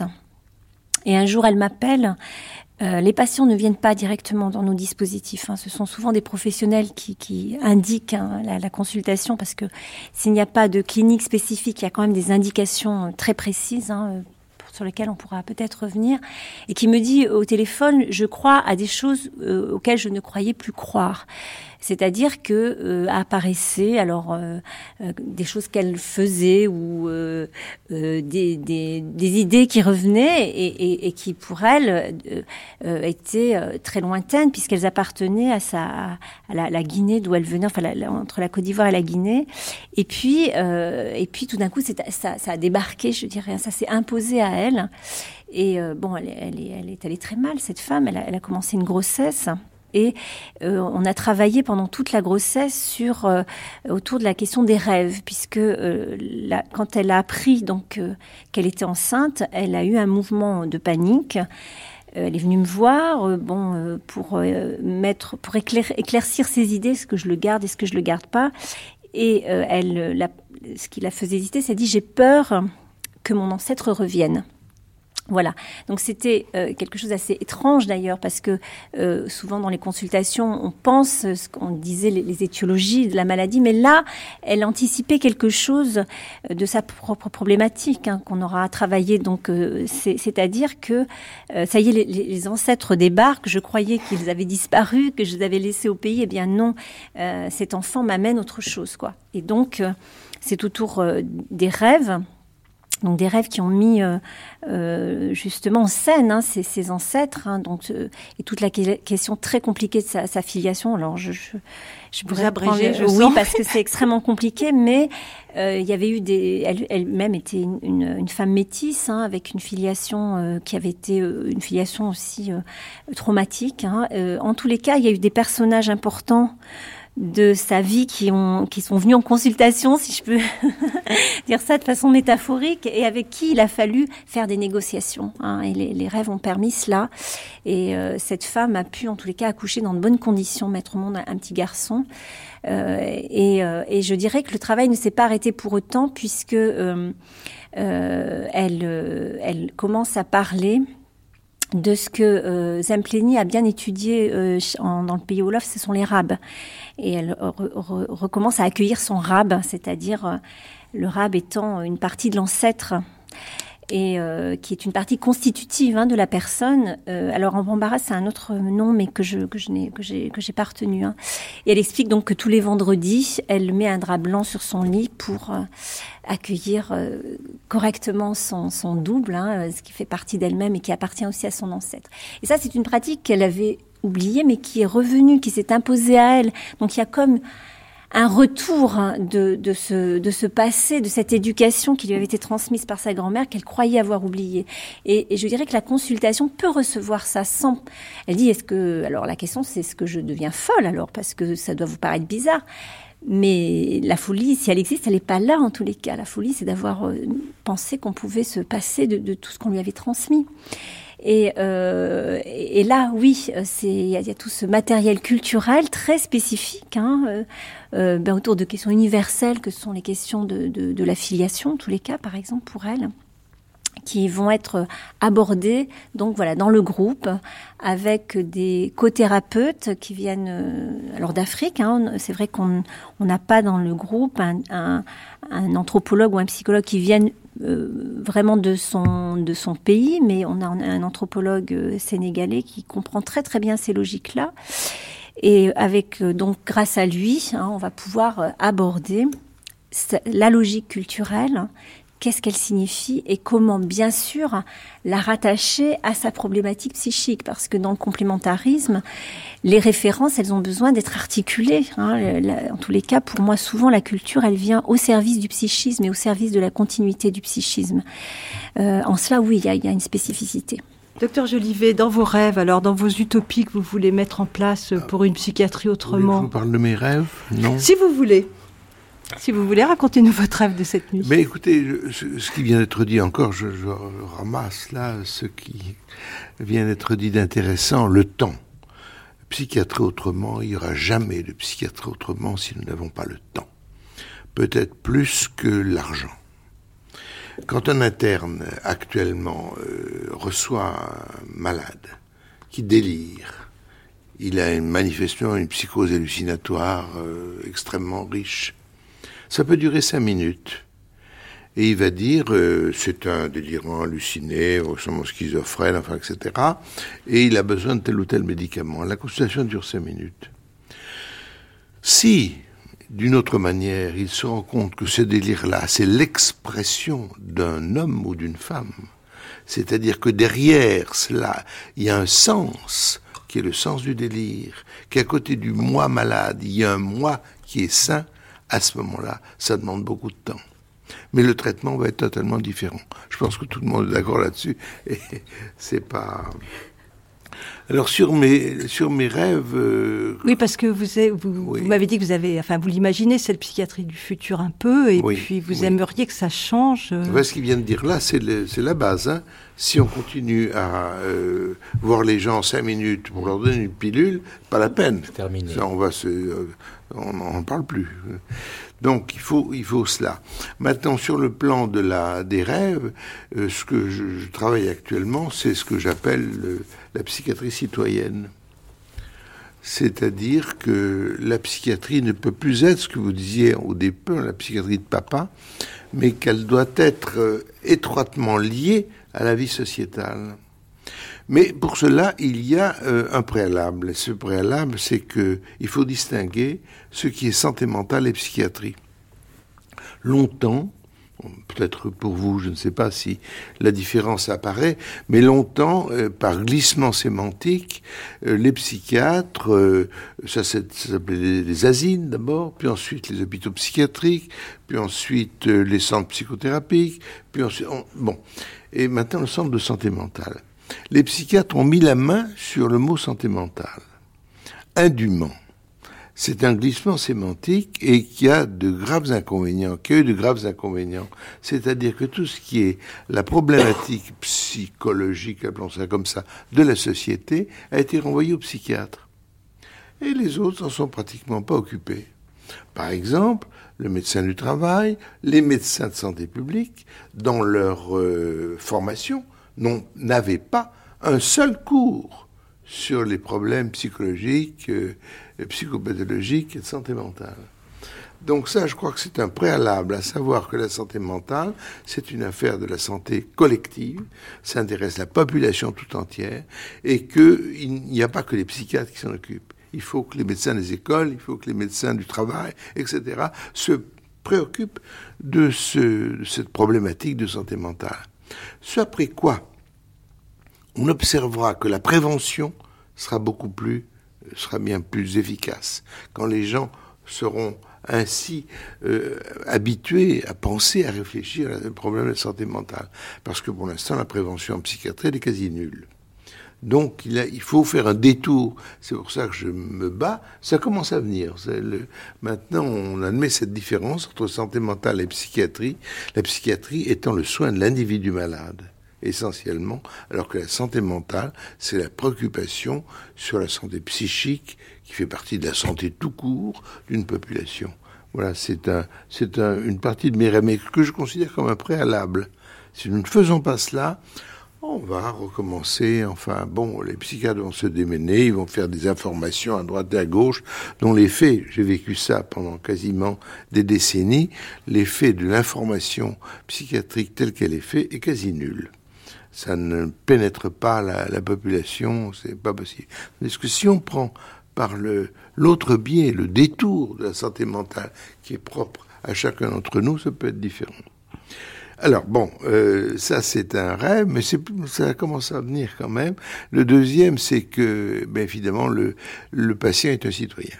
Et un jour, elle m'appelle. Euh, les patients ne viennent pas directement dans nos dispositifs. Hein. Ce sont souvent des professionnels qui, qui indiquent hein, la, la consultation, parce que s'il n'y a pas de clinique spécifique, il y a quand même des indications très précises hein, sur lesquelles on pourra peut-être revenir, et qui me dit au téléphone, je crois à des choses euh, auxquelles je ne croyais plus croire. C'est-à-dire que euh, apparaissaient alors euh, euh, des choses qu'elle faisait ou euh, euh, des, des, des idées qui revenaient et, et, et qui pour elle euh, euh, étaient euh, très lointaines puisqu'elles appartenaient à sa à la, la Guinée d'où elle venait, enfin la, la, entre la Côte d'Ivoire et la Guinée. Et puis euh, et puis tout d'un coup c'est, ça, ça a débarqué, je dirais, ça s'est imposé à elle. Et euh, bon, elle, elle, est, elle est allée très mal cette femme. Elle a, elle a commencé une grossesse. Et euh, on a travaillé pendant toute la grossesse sur euh, autour de la question des rêves, puisque euh, la, quand elle a appris donc euh, qu'elle était enceinte, elle a eu un mouvement de panique. Euh, elle est venue me voir, euh, bon, euh, pour euh, mettre, pour éclair, éclaircir ses idées, est-ce que je le garde, est-ce que je le garde pas. Et euh, elle, la, ce qui la faisait hésiter, c'est dit j'ai peur que mon ancêtre revienne. Voilà, donc c'était euh, quelque chose d'assez étrange d'ailleurs, parce que euh, souvent dans les consultations, on pense ce qu'on disait les, les étiologies de la maladie, mais là, elle anticipait quelque chose de sa propre problématique hein, qu'on aura travaillé. Donc, euh, c'est, c'est-à-dire que euh, ça y est, les, les ancêtres débarquent. Je croyais qu'ils avaient disparu, que je les avais laissés au pays. Eh bien non, euh, cet enfant m'amène autre chose, quoi. Et donc, euh, c'est autour euh, des rêves. Donc des rêves qui ont mis euh, euh, justement en scène hein, ces, ces ancêtres, hein, donc euh, et toute la que- question très compliquée de sa, sa filiation. Alors je, je, je Vous abrégez, je oui sens. parce que c'est extrêmement compliqué, mais euh, il y avait eu des, elle, elle-même était une, une, une femme métisse hein, avec une filiation euh, qui avait été euh, une filiation aussi euh, traumatique. Hein. Euh, en tous les cas, il y a eu des personnages importants de sa vie qui ont qui sont venus en consultation, si je peux dire ça de façon métaphorique, et avec qui il a fallu faire des négociations. Hein, et les, les rêves ont permis cela. Et euh, cette femme a pu, en tous les cas, accoucher dans de bonnes conditions, mettre au monde un, un petit garçon. Euh, et, euh, et je dirais que le travail ne s'est pas arrêté pour autant, puisque euh, euh, elle euh, elle commence à parler de ce que euh, Zempleni a bien étudié euh, en, dans le pays Wolof, ce sont les rabs. Et elle re, re, recommence à accueillir son rab, c'est-à-dire euh, le rab étant une partie de l'ancêtre et euh, qui est une partie constitutive hein, de la personne. Euh, alors en bambara, c'est un autre nom, mais que je que je n'ai que j'ai que j'ai pas retenu. Hein. Et elle explique donc que tous les vendredis, elle met un drap blanc sur son lit pour euh, accueillir euh, correctement son son double, hein, ce qui fait partie d'elle-même et qui appartient aussi à son ancêtre. Et ça, c'est une pratique qu'elle avait oubliée, mais qui est revenue, qui s'est imposée à elle. Donc il y a comme un retour de, de, ce, de ce passé, de cette éducation qui lui avait été transmise par sa grand-mère, qu'elle croyait avoir oubliée. Et, et je dirais que la consultation peut recevoir ça sans... Elle dit, est-ce que... Alors la question, c'est est-ce que je deviens folle alors? Parce que ça doit vous paraître bizarre. Mais la folie, si elle existe, elle n'est pas là en tous les cas. La folie, c'est d'avoir euh, pensé qu'on pouvait se passer de, de tout ce qu'on lui avait transmis. Et, euh, et là, oui, c'est il y, y a tout ce matériel culturel très spécifique, hein, euh, euh, ben, autour de questions universelles que sont les questions de, de, de la filiation, en tous les cas, par exemple pour elle, qui vont être abordées, donc voilà, dans le groupe, avec des co-thérapeutes qui viennent, euh, alors d'Afrique. Hein, c'est vrai qu'on on n'a pas dans le groupe un, un, un anthropologue ou un psychologue qui viennent Euh, vraiment de son de son pays, mais on a un anthropologue euh, sénégalais qui comprend très très bien ces logiques-là, et avec euh, donc grâce à lui, hein, on va pouvoir euh, aborder la logique culturelle, qu'est-ce qu'elle signifie et comment bien sûr la rattacher à sa problématique psychique, parce que dans le complémentarisme, les références, elles ont besoin d'être articulées. Hein. La, en tous les cas, pour moi, souvent, la culture, elle vient au service du psychisme et au service de la continuité du psychisme. Euh, en cela, oui, il y a, y a une spécificité. Docteur Jolivet, dans vos rêves, alors dans vos utopies que vous voulez mettre en place pour une psychiatrie autrement... Je vous parle de mes rêves, non? Si vous voulez. Si vous voulez, racontez-nous votre rêve de cette nuit. Mais écoutez, je, ce, ce qui vient d'être dit encore, je, je ramasse là ce qui vient d'être dit d'intéressant, le temps. Psychiatrie autrement, il n'y aura jamais de psychiatrie autrement si nous n'avons pas le temps. Peut-être plus que l'argent. Quand un interne actuellement euh, reçoit un malade qui délire, il a une manifestement une psychose hallucinatoire euh, extrêmement riche. Ça peut durer cinq minutes. Et il va dire, euh, c'est un délirant halluciné, ressemble schizophrène, enfin, et cetera. Et il a besoin de tel ou tel médicament. La consultation dure cinq minutes. Si, d'une autre manière, il se rend compte que ce délire-là, c'est l'expression d'un homme ou d'une femme, c'est-à-dire que derrière cela, il y a un sens, qui est le sens du délire, qu'à côté du moi malade, il y a un moi qui est sain, à ce moment-là, ça demande beaucoup de temps. Mais le traitement va être totalement différent. Je pense que tout le monde est d'accord là-dessus. Et c'est pas... Alors sur mes sur mes rêves. Euh... Oui, parce que vous, avez, vous, oui. vous m'avez dit que vous avez, enfin, vous l'imaginez cette psychiatrie du futur un peu, et oui, puis vous oui. aimeriez que ça change. Euh... Ouais, ce qu'il vient de dire là, c'est le, c'est la base. Hein. Si on continue à euh, voir les gens cinq minutes pour leur donner une pilule, pas la peine. C'est terminé. Ça, on va se, euh, on n'en parle plus. Donc il faut il faut cela. Maintenant sur le plan de la des rêves, euh, ce que je, je travaille actuellement, c'est ce que j'appelle le, la psychiatrie citoyenne. C'est-à-dire que la psychiatrie ne peut plus être ce que vous disiez au départ, la psychiatrie de papa, mais qu'elle doit être euh, étroitement liée à la vie sociétale. Mais pour cela, il y a euh, un préalable. Et ce préalable, c'est que il faut distinguer ce qui est santé mentale et psychiatrie. Longtemps, peut-être pour vous, je ne sais pas si la différence apparaît, mais longtemps, euh, par glissement sémantique, euh, les psychiatres, euh, ça, ça s'appelait les, les asines d'abord, puis ensuite les hôpitaux psychiatriques, puis ensuite euh, les centres psychothérapiques, puis ensuite... On, bon, et maintenant le centre de santé mentale. Les psychiatres ont mis la main sur le mot santé mentale, indûment. C'est un glissement sémantique et qui a de graves inconvénients, qui a eu de graves inconvénients. C'est-à-dire que tout ce qui est la problématique psychologique, appelons ça comme ça, de la société, a été renvoyé aux psychiatres. Et les autres n'en sont pratiquement pas occupés. Par exemple, le médecin du travail, les médecins de santé publique, dans leur euh, formation, n'avaient pas un seul cours sur les problèmes psychologiques, euh, psychopathologiques et de santé mentale. Donc ça, je crois que c'est un préalable à savoir que la santé mentale, c'est une affaire de la santé collective, ça intéresse la population tout entière, et qu'il n'y a pas que les psychiatres qui s'en occupent. Il faut que les médecins des écoles, il faut que les médecins du travail, et cetera, se préoccupent de, ce, de cette problématique de santé mentale. Ce après quoi, on observera que la prévention sera beaucoup plus, sera bien plus efficace. Quand les gens seront ainsi euh, habitués à penser, à réfléchir à problème de santé mentale. Parce que pour l'instant, la prévention en psychiatrie, elle est quasi nulle. Donc, il, a, il faut faire un détour. C'est pour ça que je me bats. Ça commence à venir. C'est le, maintenant, on admet cette différence entre santé mentale et psychiatrie. La psychiatrie étant le soin de l'individu malade, essentiellement, alors que la santé mentale, c'est la préoccupation sur la santé psychique qui fait partie de la santé tout court d'une population. Voilà, c'est, un, c'est un, une partie de mes rêves que je considère comme un préalable. Si nous ne faisons pas cela, on va recommencer, enfin, bon, les psychiatres vont se démener, ils vont faire des informations à droite et à gauche, dont l'effet, j'ai vécu ça pendant quasiment des décennies, l'effet de l'information psychiatrique telle qu'elle est faite est quasi nul. Ça ne pénètre pas la, la population, c'est pas possible. Parce que si on prend par le, l'autre biais, le détour de la santé mentale, qui est propre à chacun d'entre nous, ça peut être différent. Alors, bon, euh, ça c'est un rêve, mais c'est, ça commence à venir quand même. Le deuxième, c'est que, ben, évidemment, le, le patient est un citoyen.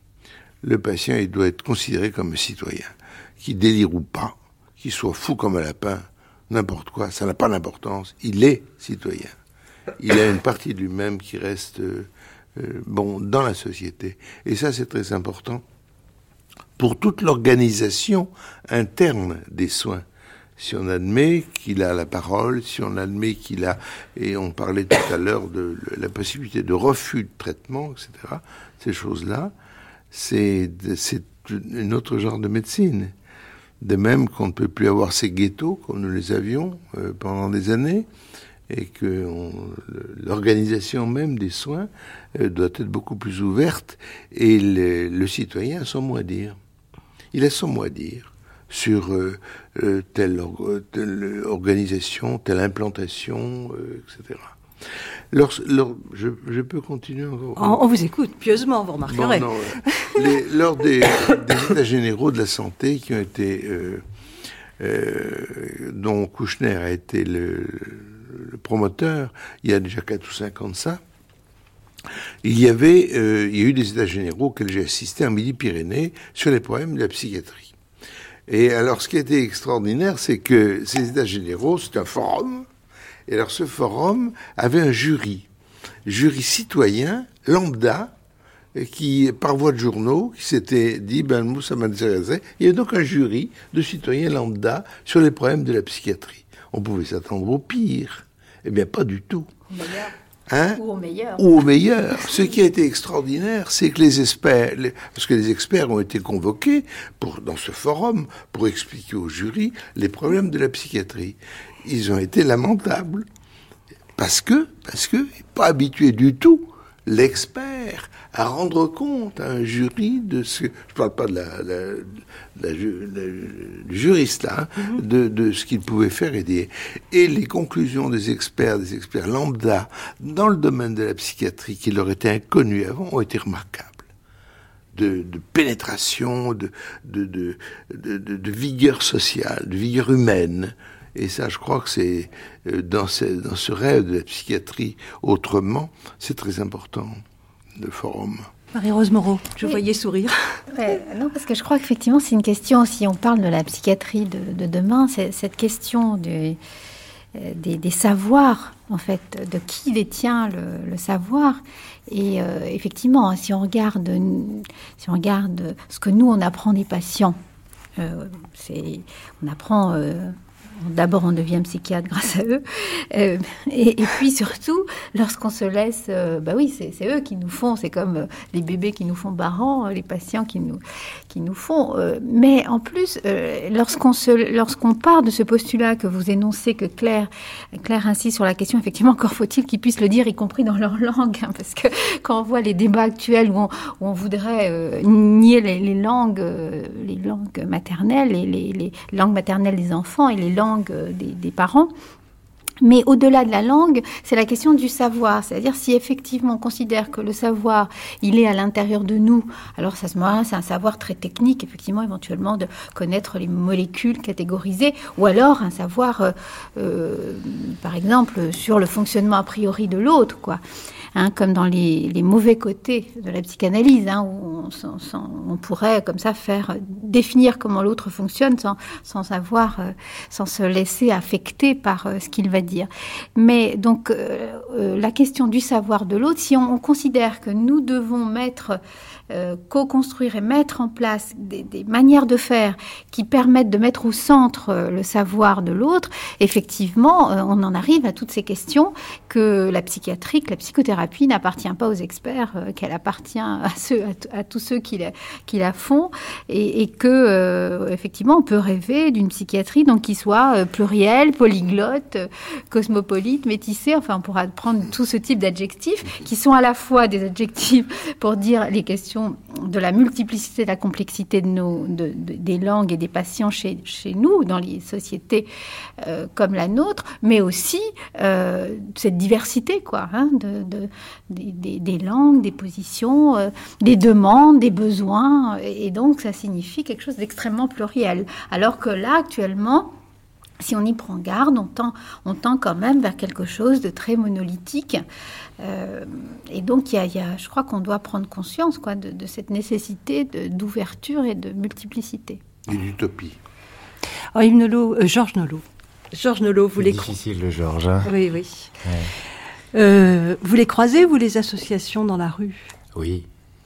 Le patient, il doit être considéré comme un citoyen, qui délire ou pas, qui soit fou comme un lapin, n'importe quoi, ça n'a pas d'importance. Il est citoyen. Il a une partie de lui-même qui reste, euh, euh, bon, dans la société. Et ça, c'est très important. pour toute l'organisation interne des soins. Si on admet qu'il a la parole, si on admet qu'il a, et on parlait tout à l'heure de la possibilité de refus de traitement, et cetera, ces choses-là, c'est, c'est un autre genre de médecine. De même qu'on ne peut plus avoir ces ghettos comme nous les avions euh, pendant des années, et que on, l'organisation même des soins euh, doit être beaucoup plus ouverte, et le, le citoyen a son mot à dire. Il a son mot à dire sur euh, euh, telle, telle organisation, telle implantation, euh, et cetera. Lors, lors, je, je peux continuer encore. On, on vous écoute pieusement, vous remarquerez. Bon, non, les, lors des, des états généraux de la santé qui ont été, euh, euh, dont Kouchner a été le, le promoteur, il y a déjà quatre ou cinq ans de ça, il y avait, euh, il y a eu des états généraux auxquels j'ai assisté en Midi-Pyrénées sur les problèmes de la psychiatrie. Et alors, ce qui a été extraordinaire, c'est que ces états généraux, c'est un forum. Et alors, ce forum avait un jury, jury citoyen, lambda, qui, par voie de journaux, qui s'était dit, ben, nous, ça m'intéressait. Il y avait donc un jury de citoyens lambda sur les problèmes de la psychiatrie. On pouvait s'attendre au pire. Eh bien, pas du tout. Hein? Ou au meilleur. Ou au meilleur. Ce qui a été extraordinaire, c'est que les experts, les, parce que les experts ont été convoqués pour, dans ce forum pour expliquer au jury les problèmes de la psychiatrie. Ils ont été lamentables. Parce que, parce que, pas habitué du tout, l'expert à rendre compte à un jury de ce, je parle pas de la, la, la, la, la du juriste là, hein, mm-hmm. de, de ce qu'il pouvait faire et dire. Et les conclusions des experts, des experts lambda dans le domaine de la psychiatrie qui leur étaient inconnus avant ont été remarquables. De, de pénétration, de, de, de, de, de, de vigueur sociale, de vigueur humaine. Et ça, je crois que c'est euh, dans, ce, dans ce rêve de la psychiatrie autrement, c'est très important, le forum. Marie-Rose Moreau, je oui. voyais sourire. Ouais, non, parce que je crois qu'effectivement, c'est une question, si on parle de la psychiatrie de, de demain, c'est cette question du, euh, des, des savoirs, en fait, de qui détient le, le savoir. Et euh, effectivement, si on regarde, si on regarde ce que nous, on apprend des patients, euh, c'est, on apprend... Euh, D'abord, on devient psychiatre grâce à eux. Euh, et, et puis, surtout, lorsqu'on se laisse... Euh, bah oui, c'est, c'est eux qui nous font. C'est comme euh, les bébés qui nous font parents, les patients qui nous, qui nous font. Euh, mais en plus, euh, lorsqu'on, se, lorsqu'on part de ce postulat que vous énoncez, que Claire, Claire insiste sur la question, effectivement, encore faut-il qu'ils puissent le dire, y compris dans leur langue. Hein, parce que quand on voit les débats actuels où on, où on voudrait euh, nier les, les langues, euh, les langues maternelles, et les, les langues maternelles des enfants et les langues Des, des parents. Mais au-delà de la langue, c'est la question du savoir. C'est-à-dire, si effectivement on considère que le savoir, il est à l'intérieur de nous, alors ça, c'est un savoir très technique, effectivement, éventuellement, de connaître les molécules catégorisées, ou alors un savoir, euh, euh, par exemple, sur le fonctionnement a priori de l'autre, quoi. Hein, comme dans les, les mauvais côtés de la psychanalyse, hein, où on, sans, sans, on pourrait comme ça faire définir comment l'autre fonctionne sans, sans savoir, euh, sans se laisser affecter par euh, ce qu'il va dire. Mais donc euh, euh, la question du savoir de l'autre, si on, on considère que nous devons mettre Euh, co-construire et mettre en place des, des manières de faire qui permettent de mettre au centre euh, le savoir de l'autre, effectivement, euh, on en arrive à toutes ces questions que la psychiatrie, que la psychothérapie n'appartient pas aux experts, euh, qu'elle appartient à, ceux, à, t- à tous ceux qui la, qui la font, et, et que, euh, effectivement, on peut rêver d'une psychiatrie donc, qui soit euh, plurielle, polyglotte, euh, cosmopolite, métissée, enfin, on pourra prendre tout ce type d'adjectifs qui sont à la fois des adjectifs pour dire les questions de la multiplicité, de la complexité de nos, de, de, des langues et des patients chez, chez nous, dans les sociétés euh, comme la nôtre, mais aussi euh, cette diversité, quoi, hein, de, de, des, des, des langues, des positions, euh, des demandes, des besoins, et donc ça signifie quelque chose d'extrêmement pluriel. Alors que là, actuellement, si on y prend garde, on tend, on tend quand même vers quelque chose de très monolithique. Euh, et donc, y a, y a, je crois qu'on doit prendre conscience quoi, de, de cette nécessité de, d'ouverture et de multiplicité. Et d'utopie. Oh, Yves Nolot, euh, Georges Nolot. Georges Nolot, vous C'est les difficile, le Georges. Hein. Oui, oui. Ouais. Euh, vous les croisez, vous, les associations dans la rue ? Oui.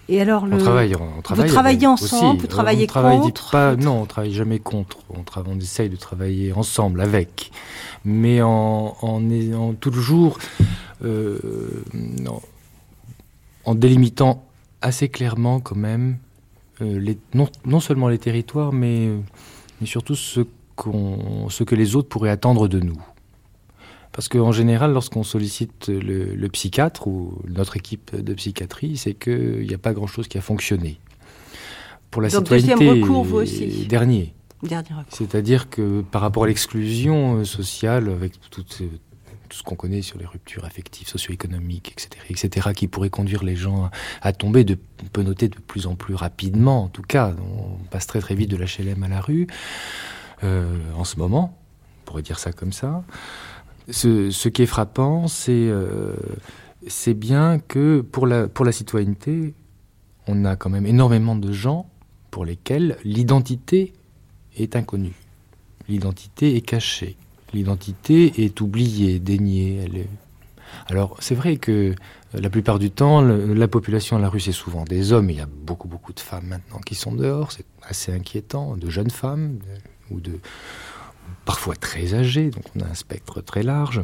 Et alors, le... on travaille, on travaille vous travaillez ensemble, aussi. vous travaillez on travaille contre pas, Non, on travaille jamais contre. On, travaille, on essaye de travailler ensemble, avec. Mais en, en, en toujours euh, en, en délimitant assez clairement quand même euh, les, non, non seulement les territoires, mais, mais surtout ce, qu'on, ce que les autres pourraient attendre de nous. Parce qu'en général, lorsqu'on sollicite le, le psychiatre ou notre équipe de psychiatrie, c'est qu'il n'y a pas grand-chose qui a fonctionné. Pour la Donc, citoyenneté, deuxième recours, vous aussi. Dernier. Dernier recours. C'est-à-dire que par rapport à l'exclusion sociale, avec tout, tout ce qu'on connaît sur les ruptures affectives, socio-économiques, et cetera, et cetera, qui pourraient conduire les gens à, à tomber, de, on peut noter de plus en plus rapidement, en tout cas, on passe très très vite de l'H L M à la rue, euh, en ce moment, on pourrait dire ça comme ça. Ce, ce qui est frappant, c'est, euh, c'est bien que pour la, pour la citoyenneté, on a quand même énormément de gens pour lesquels l'identité est inconnue. L'identité est cachée. L'identité est oubliée, déniée. Elle est... Alors, c'est vrai que la plupart du temps, le, la population à la rue, c'est souvent des hommes. Il y a beaucoup, beaucoup de femmes maintenant qui sont dehors. C'est assez inquiétant. De jeunes femmes de, ou de... parfois très âgés, donc on a un spectre très large.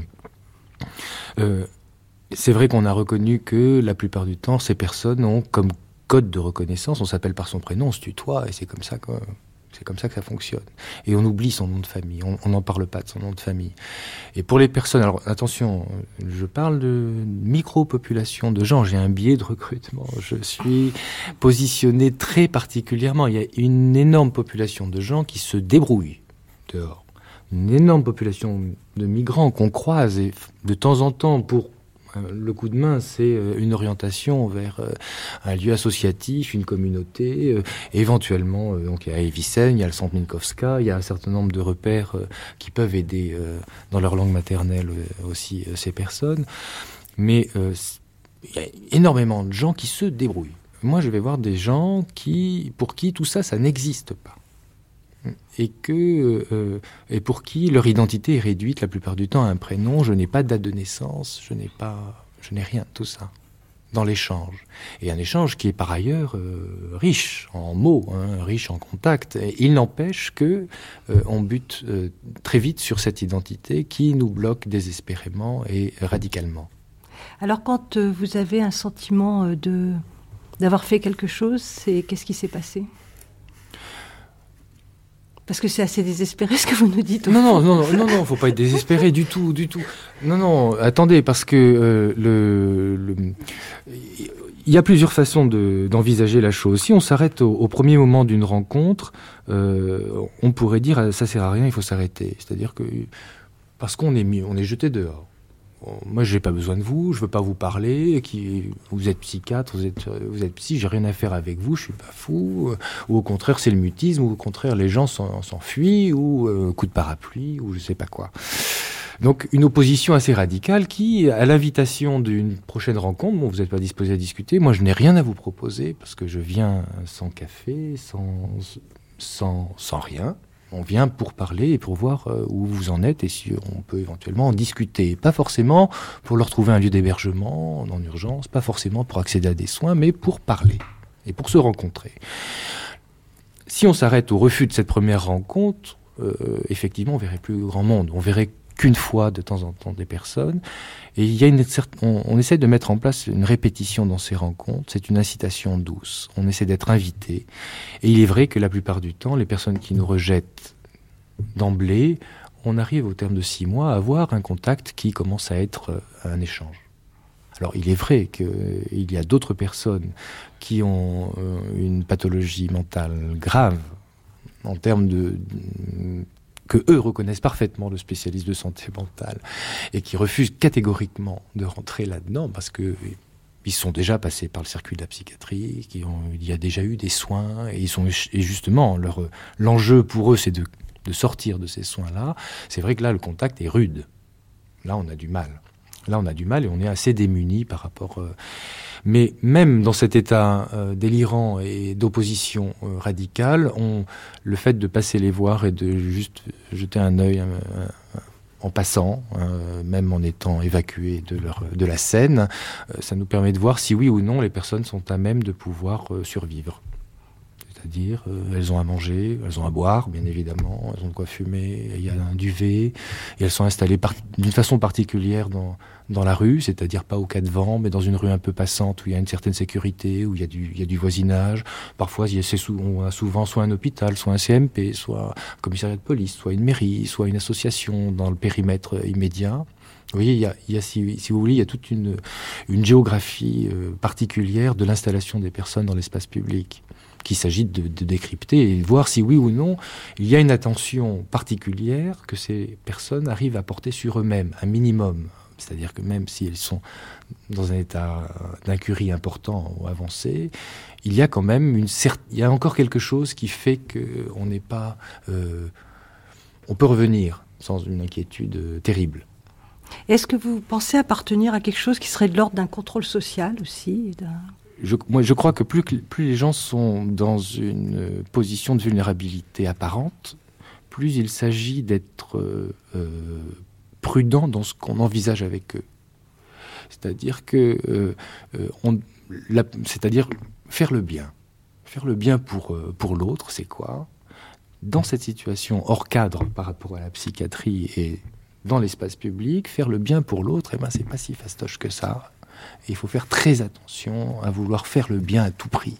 Euh, c'est vrai qu'on a reconnu que la plupart du temps, ces personnes ont comme code de reconnaissance, on s'appelle par son prénom, on se tutoie, et c'est comme ça que, c'est comme ça que ça fonctionne. Et on oublie son nom de famille, on n'en parle pas de son nom de famille. Et pour les personnes, alors attention, je parle de micro-population de gens, j'ai un biais de recrutement, je suis positionné très particulièrement. Il y a une énorme population de gens qui se débrouillent dehors. Une énorme population de migrants qu'on croise et de temps en temps, pour euh, le coup de main, c'est euh, une orientation vers euh, un lieu associatif, une communauté, euh, éventuellement, euh, donc il y a Evisen, il y a le centre Minkowska, il y a un certain nombre de repères euh, qui peuvent aider euh, dans leur langue maternelle euh, aussi euh, ces personnes. Mais euh, il y a énormément de gens qui se débrouillent. Moi, je vais voir des gens qui, pour qui tout ça, ça n'existe pas. Et, que, euh, et pour qui leur identité est réduite la plupart du temps à un prénom. Je n'ai pas de date de naissance, je n'ai, pas, je n'ai rien de tout ça dans l'échange. Et un échange qui est par ailleurs euh, riche en mots, hein, riche en contacts. Et il n'empêche que euh, on bute euh, très vite sur cette identité qui nous bloque désespérément et radicalement. Alors quand euh, vous avez un sentiment euh, de, d'avoir fait quelque chose, c'est, qu'est-ce qui s'est passé ? Parce que c'est assez désespéré ce que vous nous dites. Non, non, non, non, non, non, faut pas être désespéré du tout, du tout. Non, non, attendez, parce que euh, le, le, il y a plusieurs façons de, d'envisager la chose. Si on s'arrête au, au premier moment d'une rencontre, euh, on pourrait dire ça sert à rien, il faut s'arrêter. C'est-à-dire que parce qu'on est mis, on est jeté dehors. Moi, j'ai pas besoin de vous, je veux pas vous parler. Qui, vous êtes psychiatre, vous êtes, vous êtes psy, j'ai rien à faire avec vous, je suis pas fou. Ou au contraire, c'est le mutisme, ou au contraire, les gens s'en, s'enfuient, ou euh, coup de parapluie, ou je sais pas quoi. Donc, une opposition assez radicale qui, à l'invitation d'une prochaine rencontre, bon, vous n'êtes pas disposé à discuter. Moi, je n'ai rien à vous proposer parce que je viens sans café, sans, sans, sans rien. On vient pour parler et pour voir où vous en êtes et si on peut éventuellement en discuter. Pas forcément pour leur trouver un lieu d'hébergement en urgence, pas forcément pour accéder à des soins, mais pour parler et pour se rencontrer. Si on s'arrête au refus de cette première rencontre, euh, effectivement, on verrait plus grand monde. On verrait qu'une fois de temps en temps des personnes. Et il y a une, on, on essaie de mettre en place une répétition dans ces rencontres. C'est une incitation douce. On essaie d'être invité. Et il est vrai que la plupart du temps, les personnes qui nous rejettent d'emblée, on arrive au terme de six mois à avoir un contact qui commence à être un échange. Alors il est vrai qu'il y a d'autres personnes qui ont une pathologie mentale grave en termes de... que eux reconnaissent parfaitement le spécialiste de santé mentale et qui refusent catégoriquement de rentrer là-dedans parce que ils sont déjà passés par le circuit de la psychiatrie, qui ont, il y a déjà eu des soins et ils sont et justement leur, l'enjeu pour eux c'est de, de sortir de ces soins-là. C'est vrai que là le contact est rude. Là on a du mal. Là on a du mal et on est assez démunis par rapport. Euh, Mais même dans cet état euh, délirant et d'opposition euh, radicale, on, le fait de passer les voir et de juste jeter un œil, un, un, en passant, euh, même en étant évacués de, leur, de la scène. Euh, ça nous permet de voir si oui ou non les personnes sont à même de pouvoir euh, survivre. C'est-à-dire, euh, elles ont à manger, elles ont à boire, bien évidemment, elles ont de quoi fumer, il y a un duvet, et elles sont installées par- d'une façon particulière dans, dans la rue, c'est-à-dire pas au cas de vent, mais dans une rue un peu passante où il y a une certaine sécurité, où il y a du, il y a du voisinage. Parfois, il y a, c'est sou- on a souvent soit un hôpital, soit un C M P, soit un commissariat de police, soit une mairie, soit une association dans le périmètre immédiat. Vous voyez, il y a, il y a si, si vous voulez, il y a toute une, une géographie euh, particulière de l'installation des personnes dans l'espace public, qu'il s'agit de, de décrypter et de voir si oui ou non il y a une attention particulière que ces personnes arrivent à porter sur eux-mêmes, un minimum. C'est-à-dire que même si elles sont dans un état d'incurie important ou avancé, il y a quand même une cer- il y a encore quelque chose qui fait qu'on n'est pas, euh, on peut revenir sans une inquiétude euh, terrible. Est-ce que vous pensez appartenir à quelque chose qui serait de l'ordre d'un contrôle social aussi d'un... Je, moi, je crois que plus, plus les gens sont dans une position de vulnérabilité apparente, plus il s'agit d'être euh, euh, prudent dans ce qu'on envisage avec eux. C'est-à-dire que, euh, euh, on, la, c'est-à-dire faire le bien, faire le bien pour euh, pour l'autre, c'est quoi ? Dans cette situation hors cadre par rapport à la psychiatrie et dans l'espace public, faire le bien pour l'autre, eh ben c'est pas si fastoche que ça. Et il faut faire très attention à vouloir faire le bien à tout prix.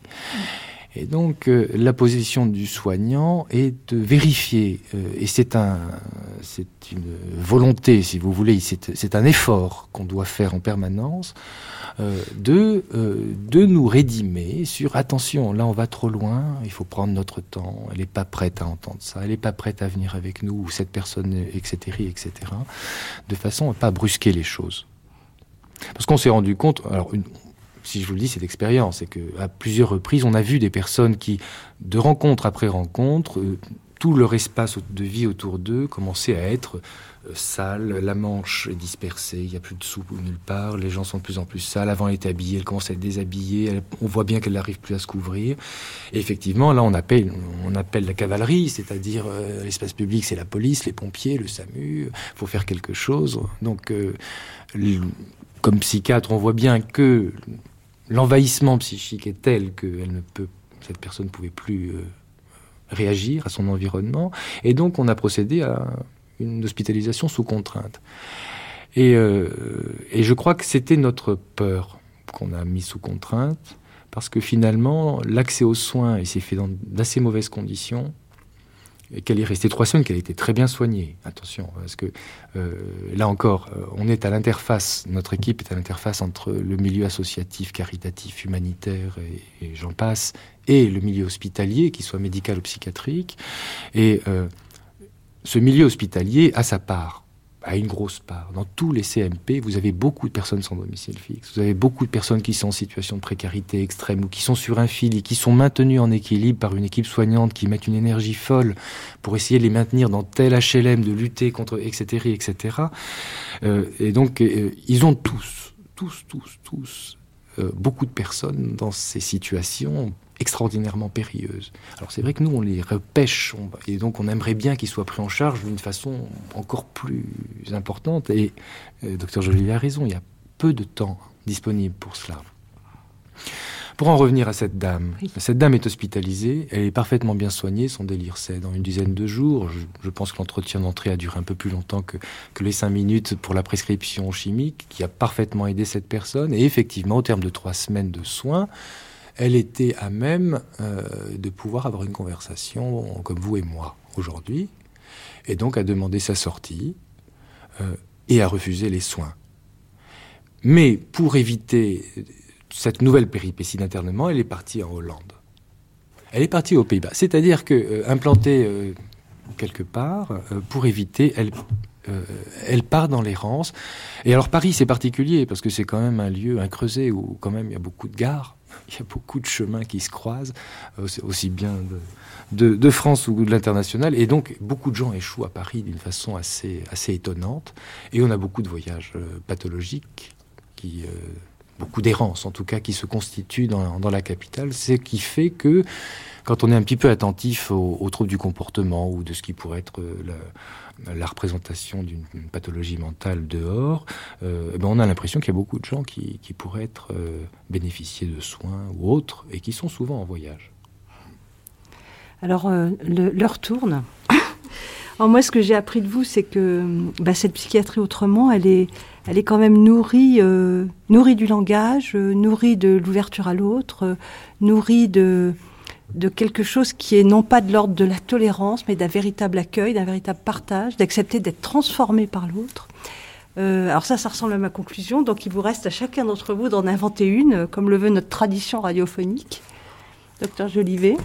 Et donc, euh, la position du soignant est de vérifier, euh, et c'est, un, c'est une volonté, si vous voulez, c'est, c'est un effort qu'on doit faire en permanence, euh, de, euh, de nous rédimer sur, attention, là on va trop loin, il faut prendre notre temps, elle n'est pas prête à entendre ça, elle n'est pas prête à venir avec nous, ou cette personne, et cetera, et cetera, de façon à ne pas brusquer les choses. Parce qu'on s'est rendu compte, alors une, si je vous le dis, c'est d'expérience, c'est qu'à plusieurs reprises, on a vu des personnes qui, de rencontre après rencontre, euh, tout leur espace de vie autour d'eux commençait à être euh, sale, la manche est dispersée, il n'y a plus de soupe nulle part, les gens sont de plus en plus sales, avant elle était habillée, elle commence à être déshabillée, elle, on voit bien qu'elle n'arrive plus à se couvrir. Et effectivement, là on appelle, on appelle la cavalerie, c'est-à-dire euh, l'espace public, c'est la police, les pompiers, le SAMU, il faut faire quelque chose. Donc, euh, le, comme psychiatre, on voit bien que l'envahissement psychique est tel que elle ne peut, cette personne ne pouvait plus euh, réagir à son environnement. Et donc, on a procédé à une hospitalisation sous contrainte. Et, euh, et je crois que c'était notre peur qu'on a mis sous contrainte, parce que finalement, l'accès aux soins, il s'est fait dans d'assez mauvaises conditions, et qu'elle est restée trois semaines, qu'elle a été très bien soignée. Attention, parce que euh, là encore, euh, on est à l'interface, notre équipe est à l'interface entre le milieu associatif, caritatif, humanitaire, et, et j'en passe, et le milieu hospitalier, qu'il soit médical ou psychiatrique. Et euh, ce milieu hospitalier a sa part, a une grosse part. Dans tous les C M P, vous avez beaucoup de personnes sans domicile fixe. Vous avez beaucoup de personnes qui sont en situation de précarité extrême ou qui sont sur un fil et qui sont maintenues en équilibre par une équipe soignante qui met une énergie folle pour essayer de les maintenir dans tel H L M, de lutter contre, et cetera, et cetera. Euh, et donc, euh, ils ont tous, tous, tous, tous, euh, beaucoup de personnes dans ces situations extraordinairement périlleuses. Alors c'est vrai que nous, on les repêche, on, et donc on aimerait bien qu'ils soient pris en charge d'une façon encore plus importante. Et euh, docteur Jolivet a raison, il y a peu de temps disponible pour cela. Pour en revenir à cette dame, oui. Cette dame est hospitalisée, elle est parfaitement bien soignée, son délire c'est dans une dizaine de jours. Je, je pense que l'entretien d'entrée a duré un peu plus longtemps que, que les cinq minutes pour la prescription chimique, qui a parfaitement aidé cette personne. Et effectivement, au terme de trois semaines de soins, elle était à même euh, de pouvoir avoir une conversation comme vous et moi aujourd'hui, et donc a demandé sa sortie euh, et a refusé les soins. Mais pour éviter cette nouvelle péripétie d'internement, elle est partie en Hollande. Elle est partie aux Pays-Bas. C'est-à-dire que euh, implantée euh, quelque part, euh, pour éviter, elle, euh, elle part dans l'errance. Et alors Paris, c'est particulier, parce que c'est quand même un lieu, un creuset, où quand même il y a beaucoup de gares. Il y a beaucoup de chemins qui se croisent, aussi bien de, de, de France ou de l'international. Et donc, beaucoup de gens échouent à Paris d'une façon assez, assez étonnante. Et on a beaucoup de voyages euh, pathologiques qui, euh, beaucoup d'errance en tout cas qui se constitue dans, dans la capitale, c'est ce qui fait que quand on est un petit peu attentif aux, aux troubles du comportement ou de ce qui pourrait être la, la représentation d'une pathologie mentale dehors, euh, ben on a l'impression qu'il y a beaucoup de gens qui, qui pourraient être euh, bénéficier de soins ou autres et qui sont souvent en voyage. Alors, euh, le, l'heure tourne. Alors moi, ce que j'ai appris de vous, c'est que bah, cette psychiatrie autrement, elle est, elle est quand même nourrie, euh, nourrie du langage, euh, nourrie de l'ouverture à l'autre, euh, nourrie de, de quelque chose qui est non pas de l'ordre de la tolérance, mais d'un véritable accueil, d'un véritable partage, d'accepter d'être transformé par l'autre. Euh, alors ça, ça ressemble à ma conclusion. Donc il vous reste à chacun d'entre vous d'en inventer une, comme le veut notre tradition radiophonique. Docteur Jolivet.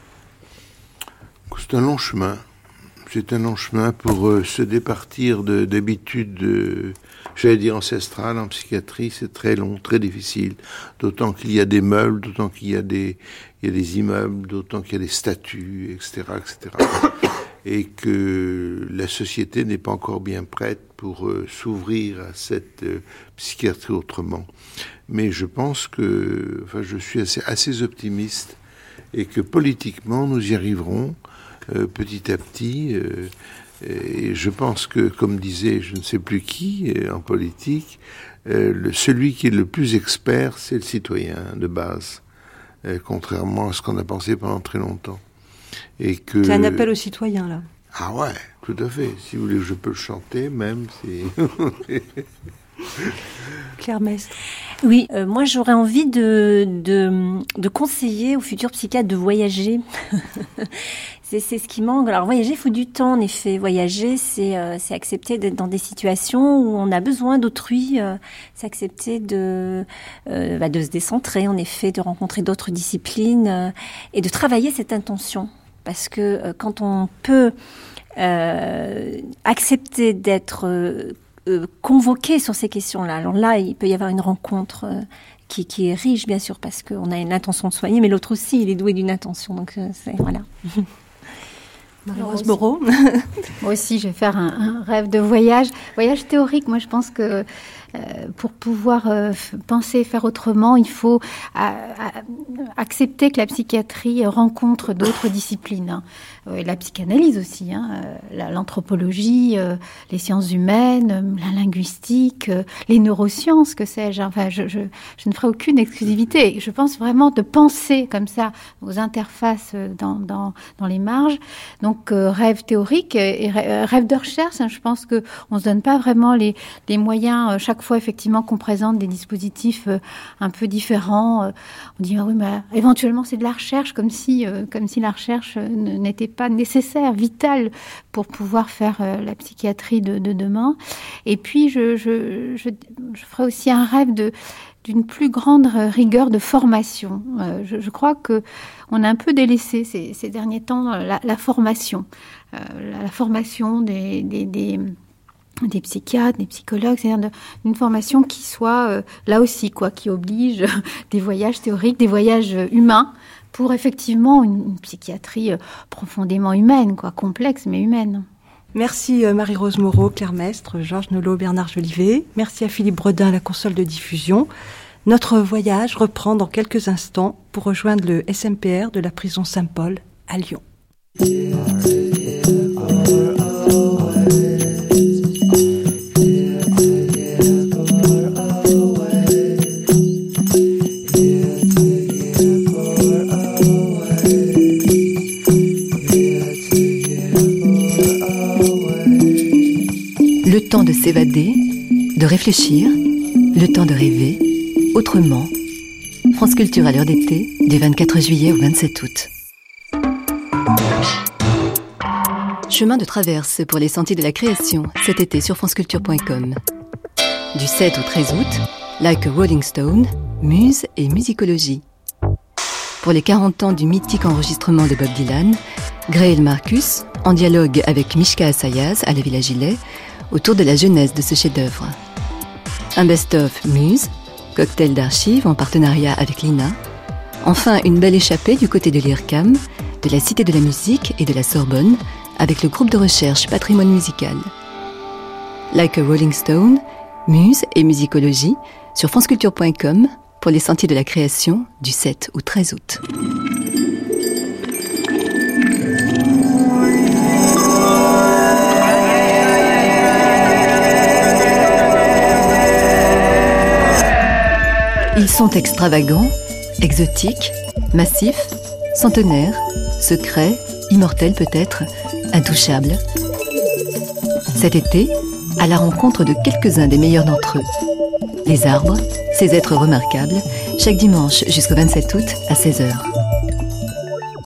C'est un long chemin. C'est un long chemin pour euh, se départir de, d'habitudes, euh, j'allais dire ancestrales en psychiatrie. C'est très long, très difficile. D'autant qu'il y a des meubles, d'autant qu'il y a des, il y a des immeubles, d'autant qu'il y a des statues, et cetera, et cetera. Et que la société n'est pas encore bien prête pour euh, s'ouvrir à cette euh, psychiatrie autrement. Mais je pense que, enfin, je suis assez, assez optimiste et que politiquement nous y arriverons. Euh, petit à petit, euh, et je pense que, comme disait je ne sais plus qui euh, en politique, euh, le, celui qui est le plus expert, c'est le citoyen de base, euh, contrairement à ce qu'on a pensé pendant très longtemps. Et que... C'est un appel aux citoyens, là. Ah ouais, tout à fait. Si vous voulez, je peux le chanter, même. C'est... Claire Mestre. Oui, euh, moi j'aurais envie de, de, de conseiller aux futurs psychiatres de voyager. c'est, c'est ce qui manque. Alors voyager, il faut du temps en effet. Voyager, c'est, euh, c'est accepter d'être dans des situations où on a besoin d'autrui. Euh, c'est accepter de, euh, bah, de se décentrer en effet, de rencontrer d'autres disciplines euh, et de travailler cette intention. Parce que euh, quand on peut euh, accepter d'être... Euh, Euh, convoqué sur ces questions-là. Alors là, il peut y avoir une rencontre euh, qui, qui est riche, bien sûr, parce qu'on a une intention de soigner, mais l'autre aussi, il est doué d'une intention. Donc, euh, c'est, voilà. Marie-Rose Moreau. Moi aussi, je vais faire un, un rêve de voyage. Voyage théorique, moi, je pense que euh, pour pouvoir euh, f- penser, faire autrement, il faut à, à, accepter que la psychiatrie rencontre d'autres disciplines. Hein. Euh, la psychanalyse aussi, hein, euh, la, l'anthropologie, euh, les sciences humaines, euh, la linguistique, euh, les neurosciences, que sais-je. Enfin, je, je, je ne ferai aucune exclusivité. Je pense vraiment de penser comme ça aux interfaces dans, dans, dans les marges. Donc, euh, rêve théorique et rêve de recherche. Hein, je pense que on se donne pas vraiment les, les moyens. Euh, chaque fois, effectivement, qu'on présente des dispositifs euh, un peu différents, euh, on dit ah oui, mais éventuellement c'est de la recherche, comme si, euh, comme si la recherche euh, n'était pas nécessaire, vitale pour pouvoir faire euh, la psychiatrie de, de demain. Et puis, je, je, je, je ferai aussi un rêve de d'une plus grande rigueur de formation. Euh, je, je crois que on a un peu délaissé ces, ces derniers temps la, la formation, euh, la, la formation des, des, des, des psychiatres, des psychologues, c'est-à-dire de, d'une formation qui soit euh, là aussi, quoi, qui oblige des voyages théoriques, des voyages humains, pour effectivement une, une psychiatrie profondément humaine, quoi, complexe mais humaine. Merci Marie-Rose Moreau, Claire Mestre, Georges Nolot, Bernard Jolivet. Merci à Philippe Bredin à la console de diffusion. Notre voyage reprend dans quelques instants pour rejoindre le S M P R de la prison Saint-Paul à Lyon. Le temps de s'évader, de réfléchir, le temps de rêver, autrement. France Culture à l'heure d'été, du vingt-quatre juillet au vingt-sept août. Chemin de traverse pour les sentiers de la création, cet été sur franceculture point com. Du sept au treize août, Like a Rolling Stone, muse et musicologie. Pour les quarante ans du mythique enregistrement de Bob Dylan, Graël Marcus, en dialogue avec Mishka Assayas à la Villa Gilet, autour de la genèse de ce chef-d'œuvre. Un best-of muse, cocktail d'archives en partenariat avec l'I N A. Enfin, une belle échappée du côté de l'I R C A M, de la Cité de la Musique et de la Sorbonne, avec le groupe de recherche Patrimoine Musical. Like a Rolling Stone, Muse et musicologie sur franceculture point com pour les Sentiers de la Création du sept au treize août. Ils sont extravagants, exotiques, massifs, centenaires, secrets, immortels peut-être, intouchables. Cet été, à la rencontre de quelques-uns des meilleurs d'entre eux. Les arbres, ces êtres remarquables, chaque dimanche jusqu'au vingt-sept août à seize heures.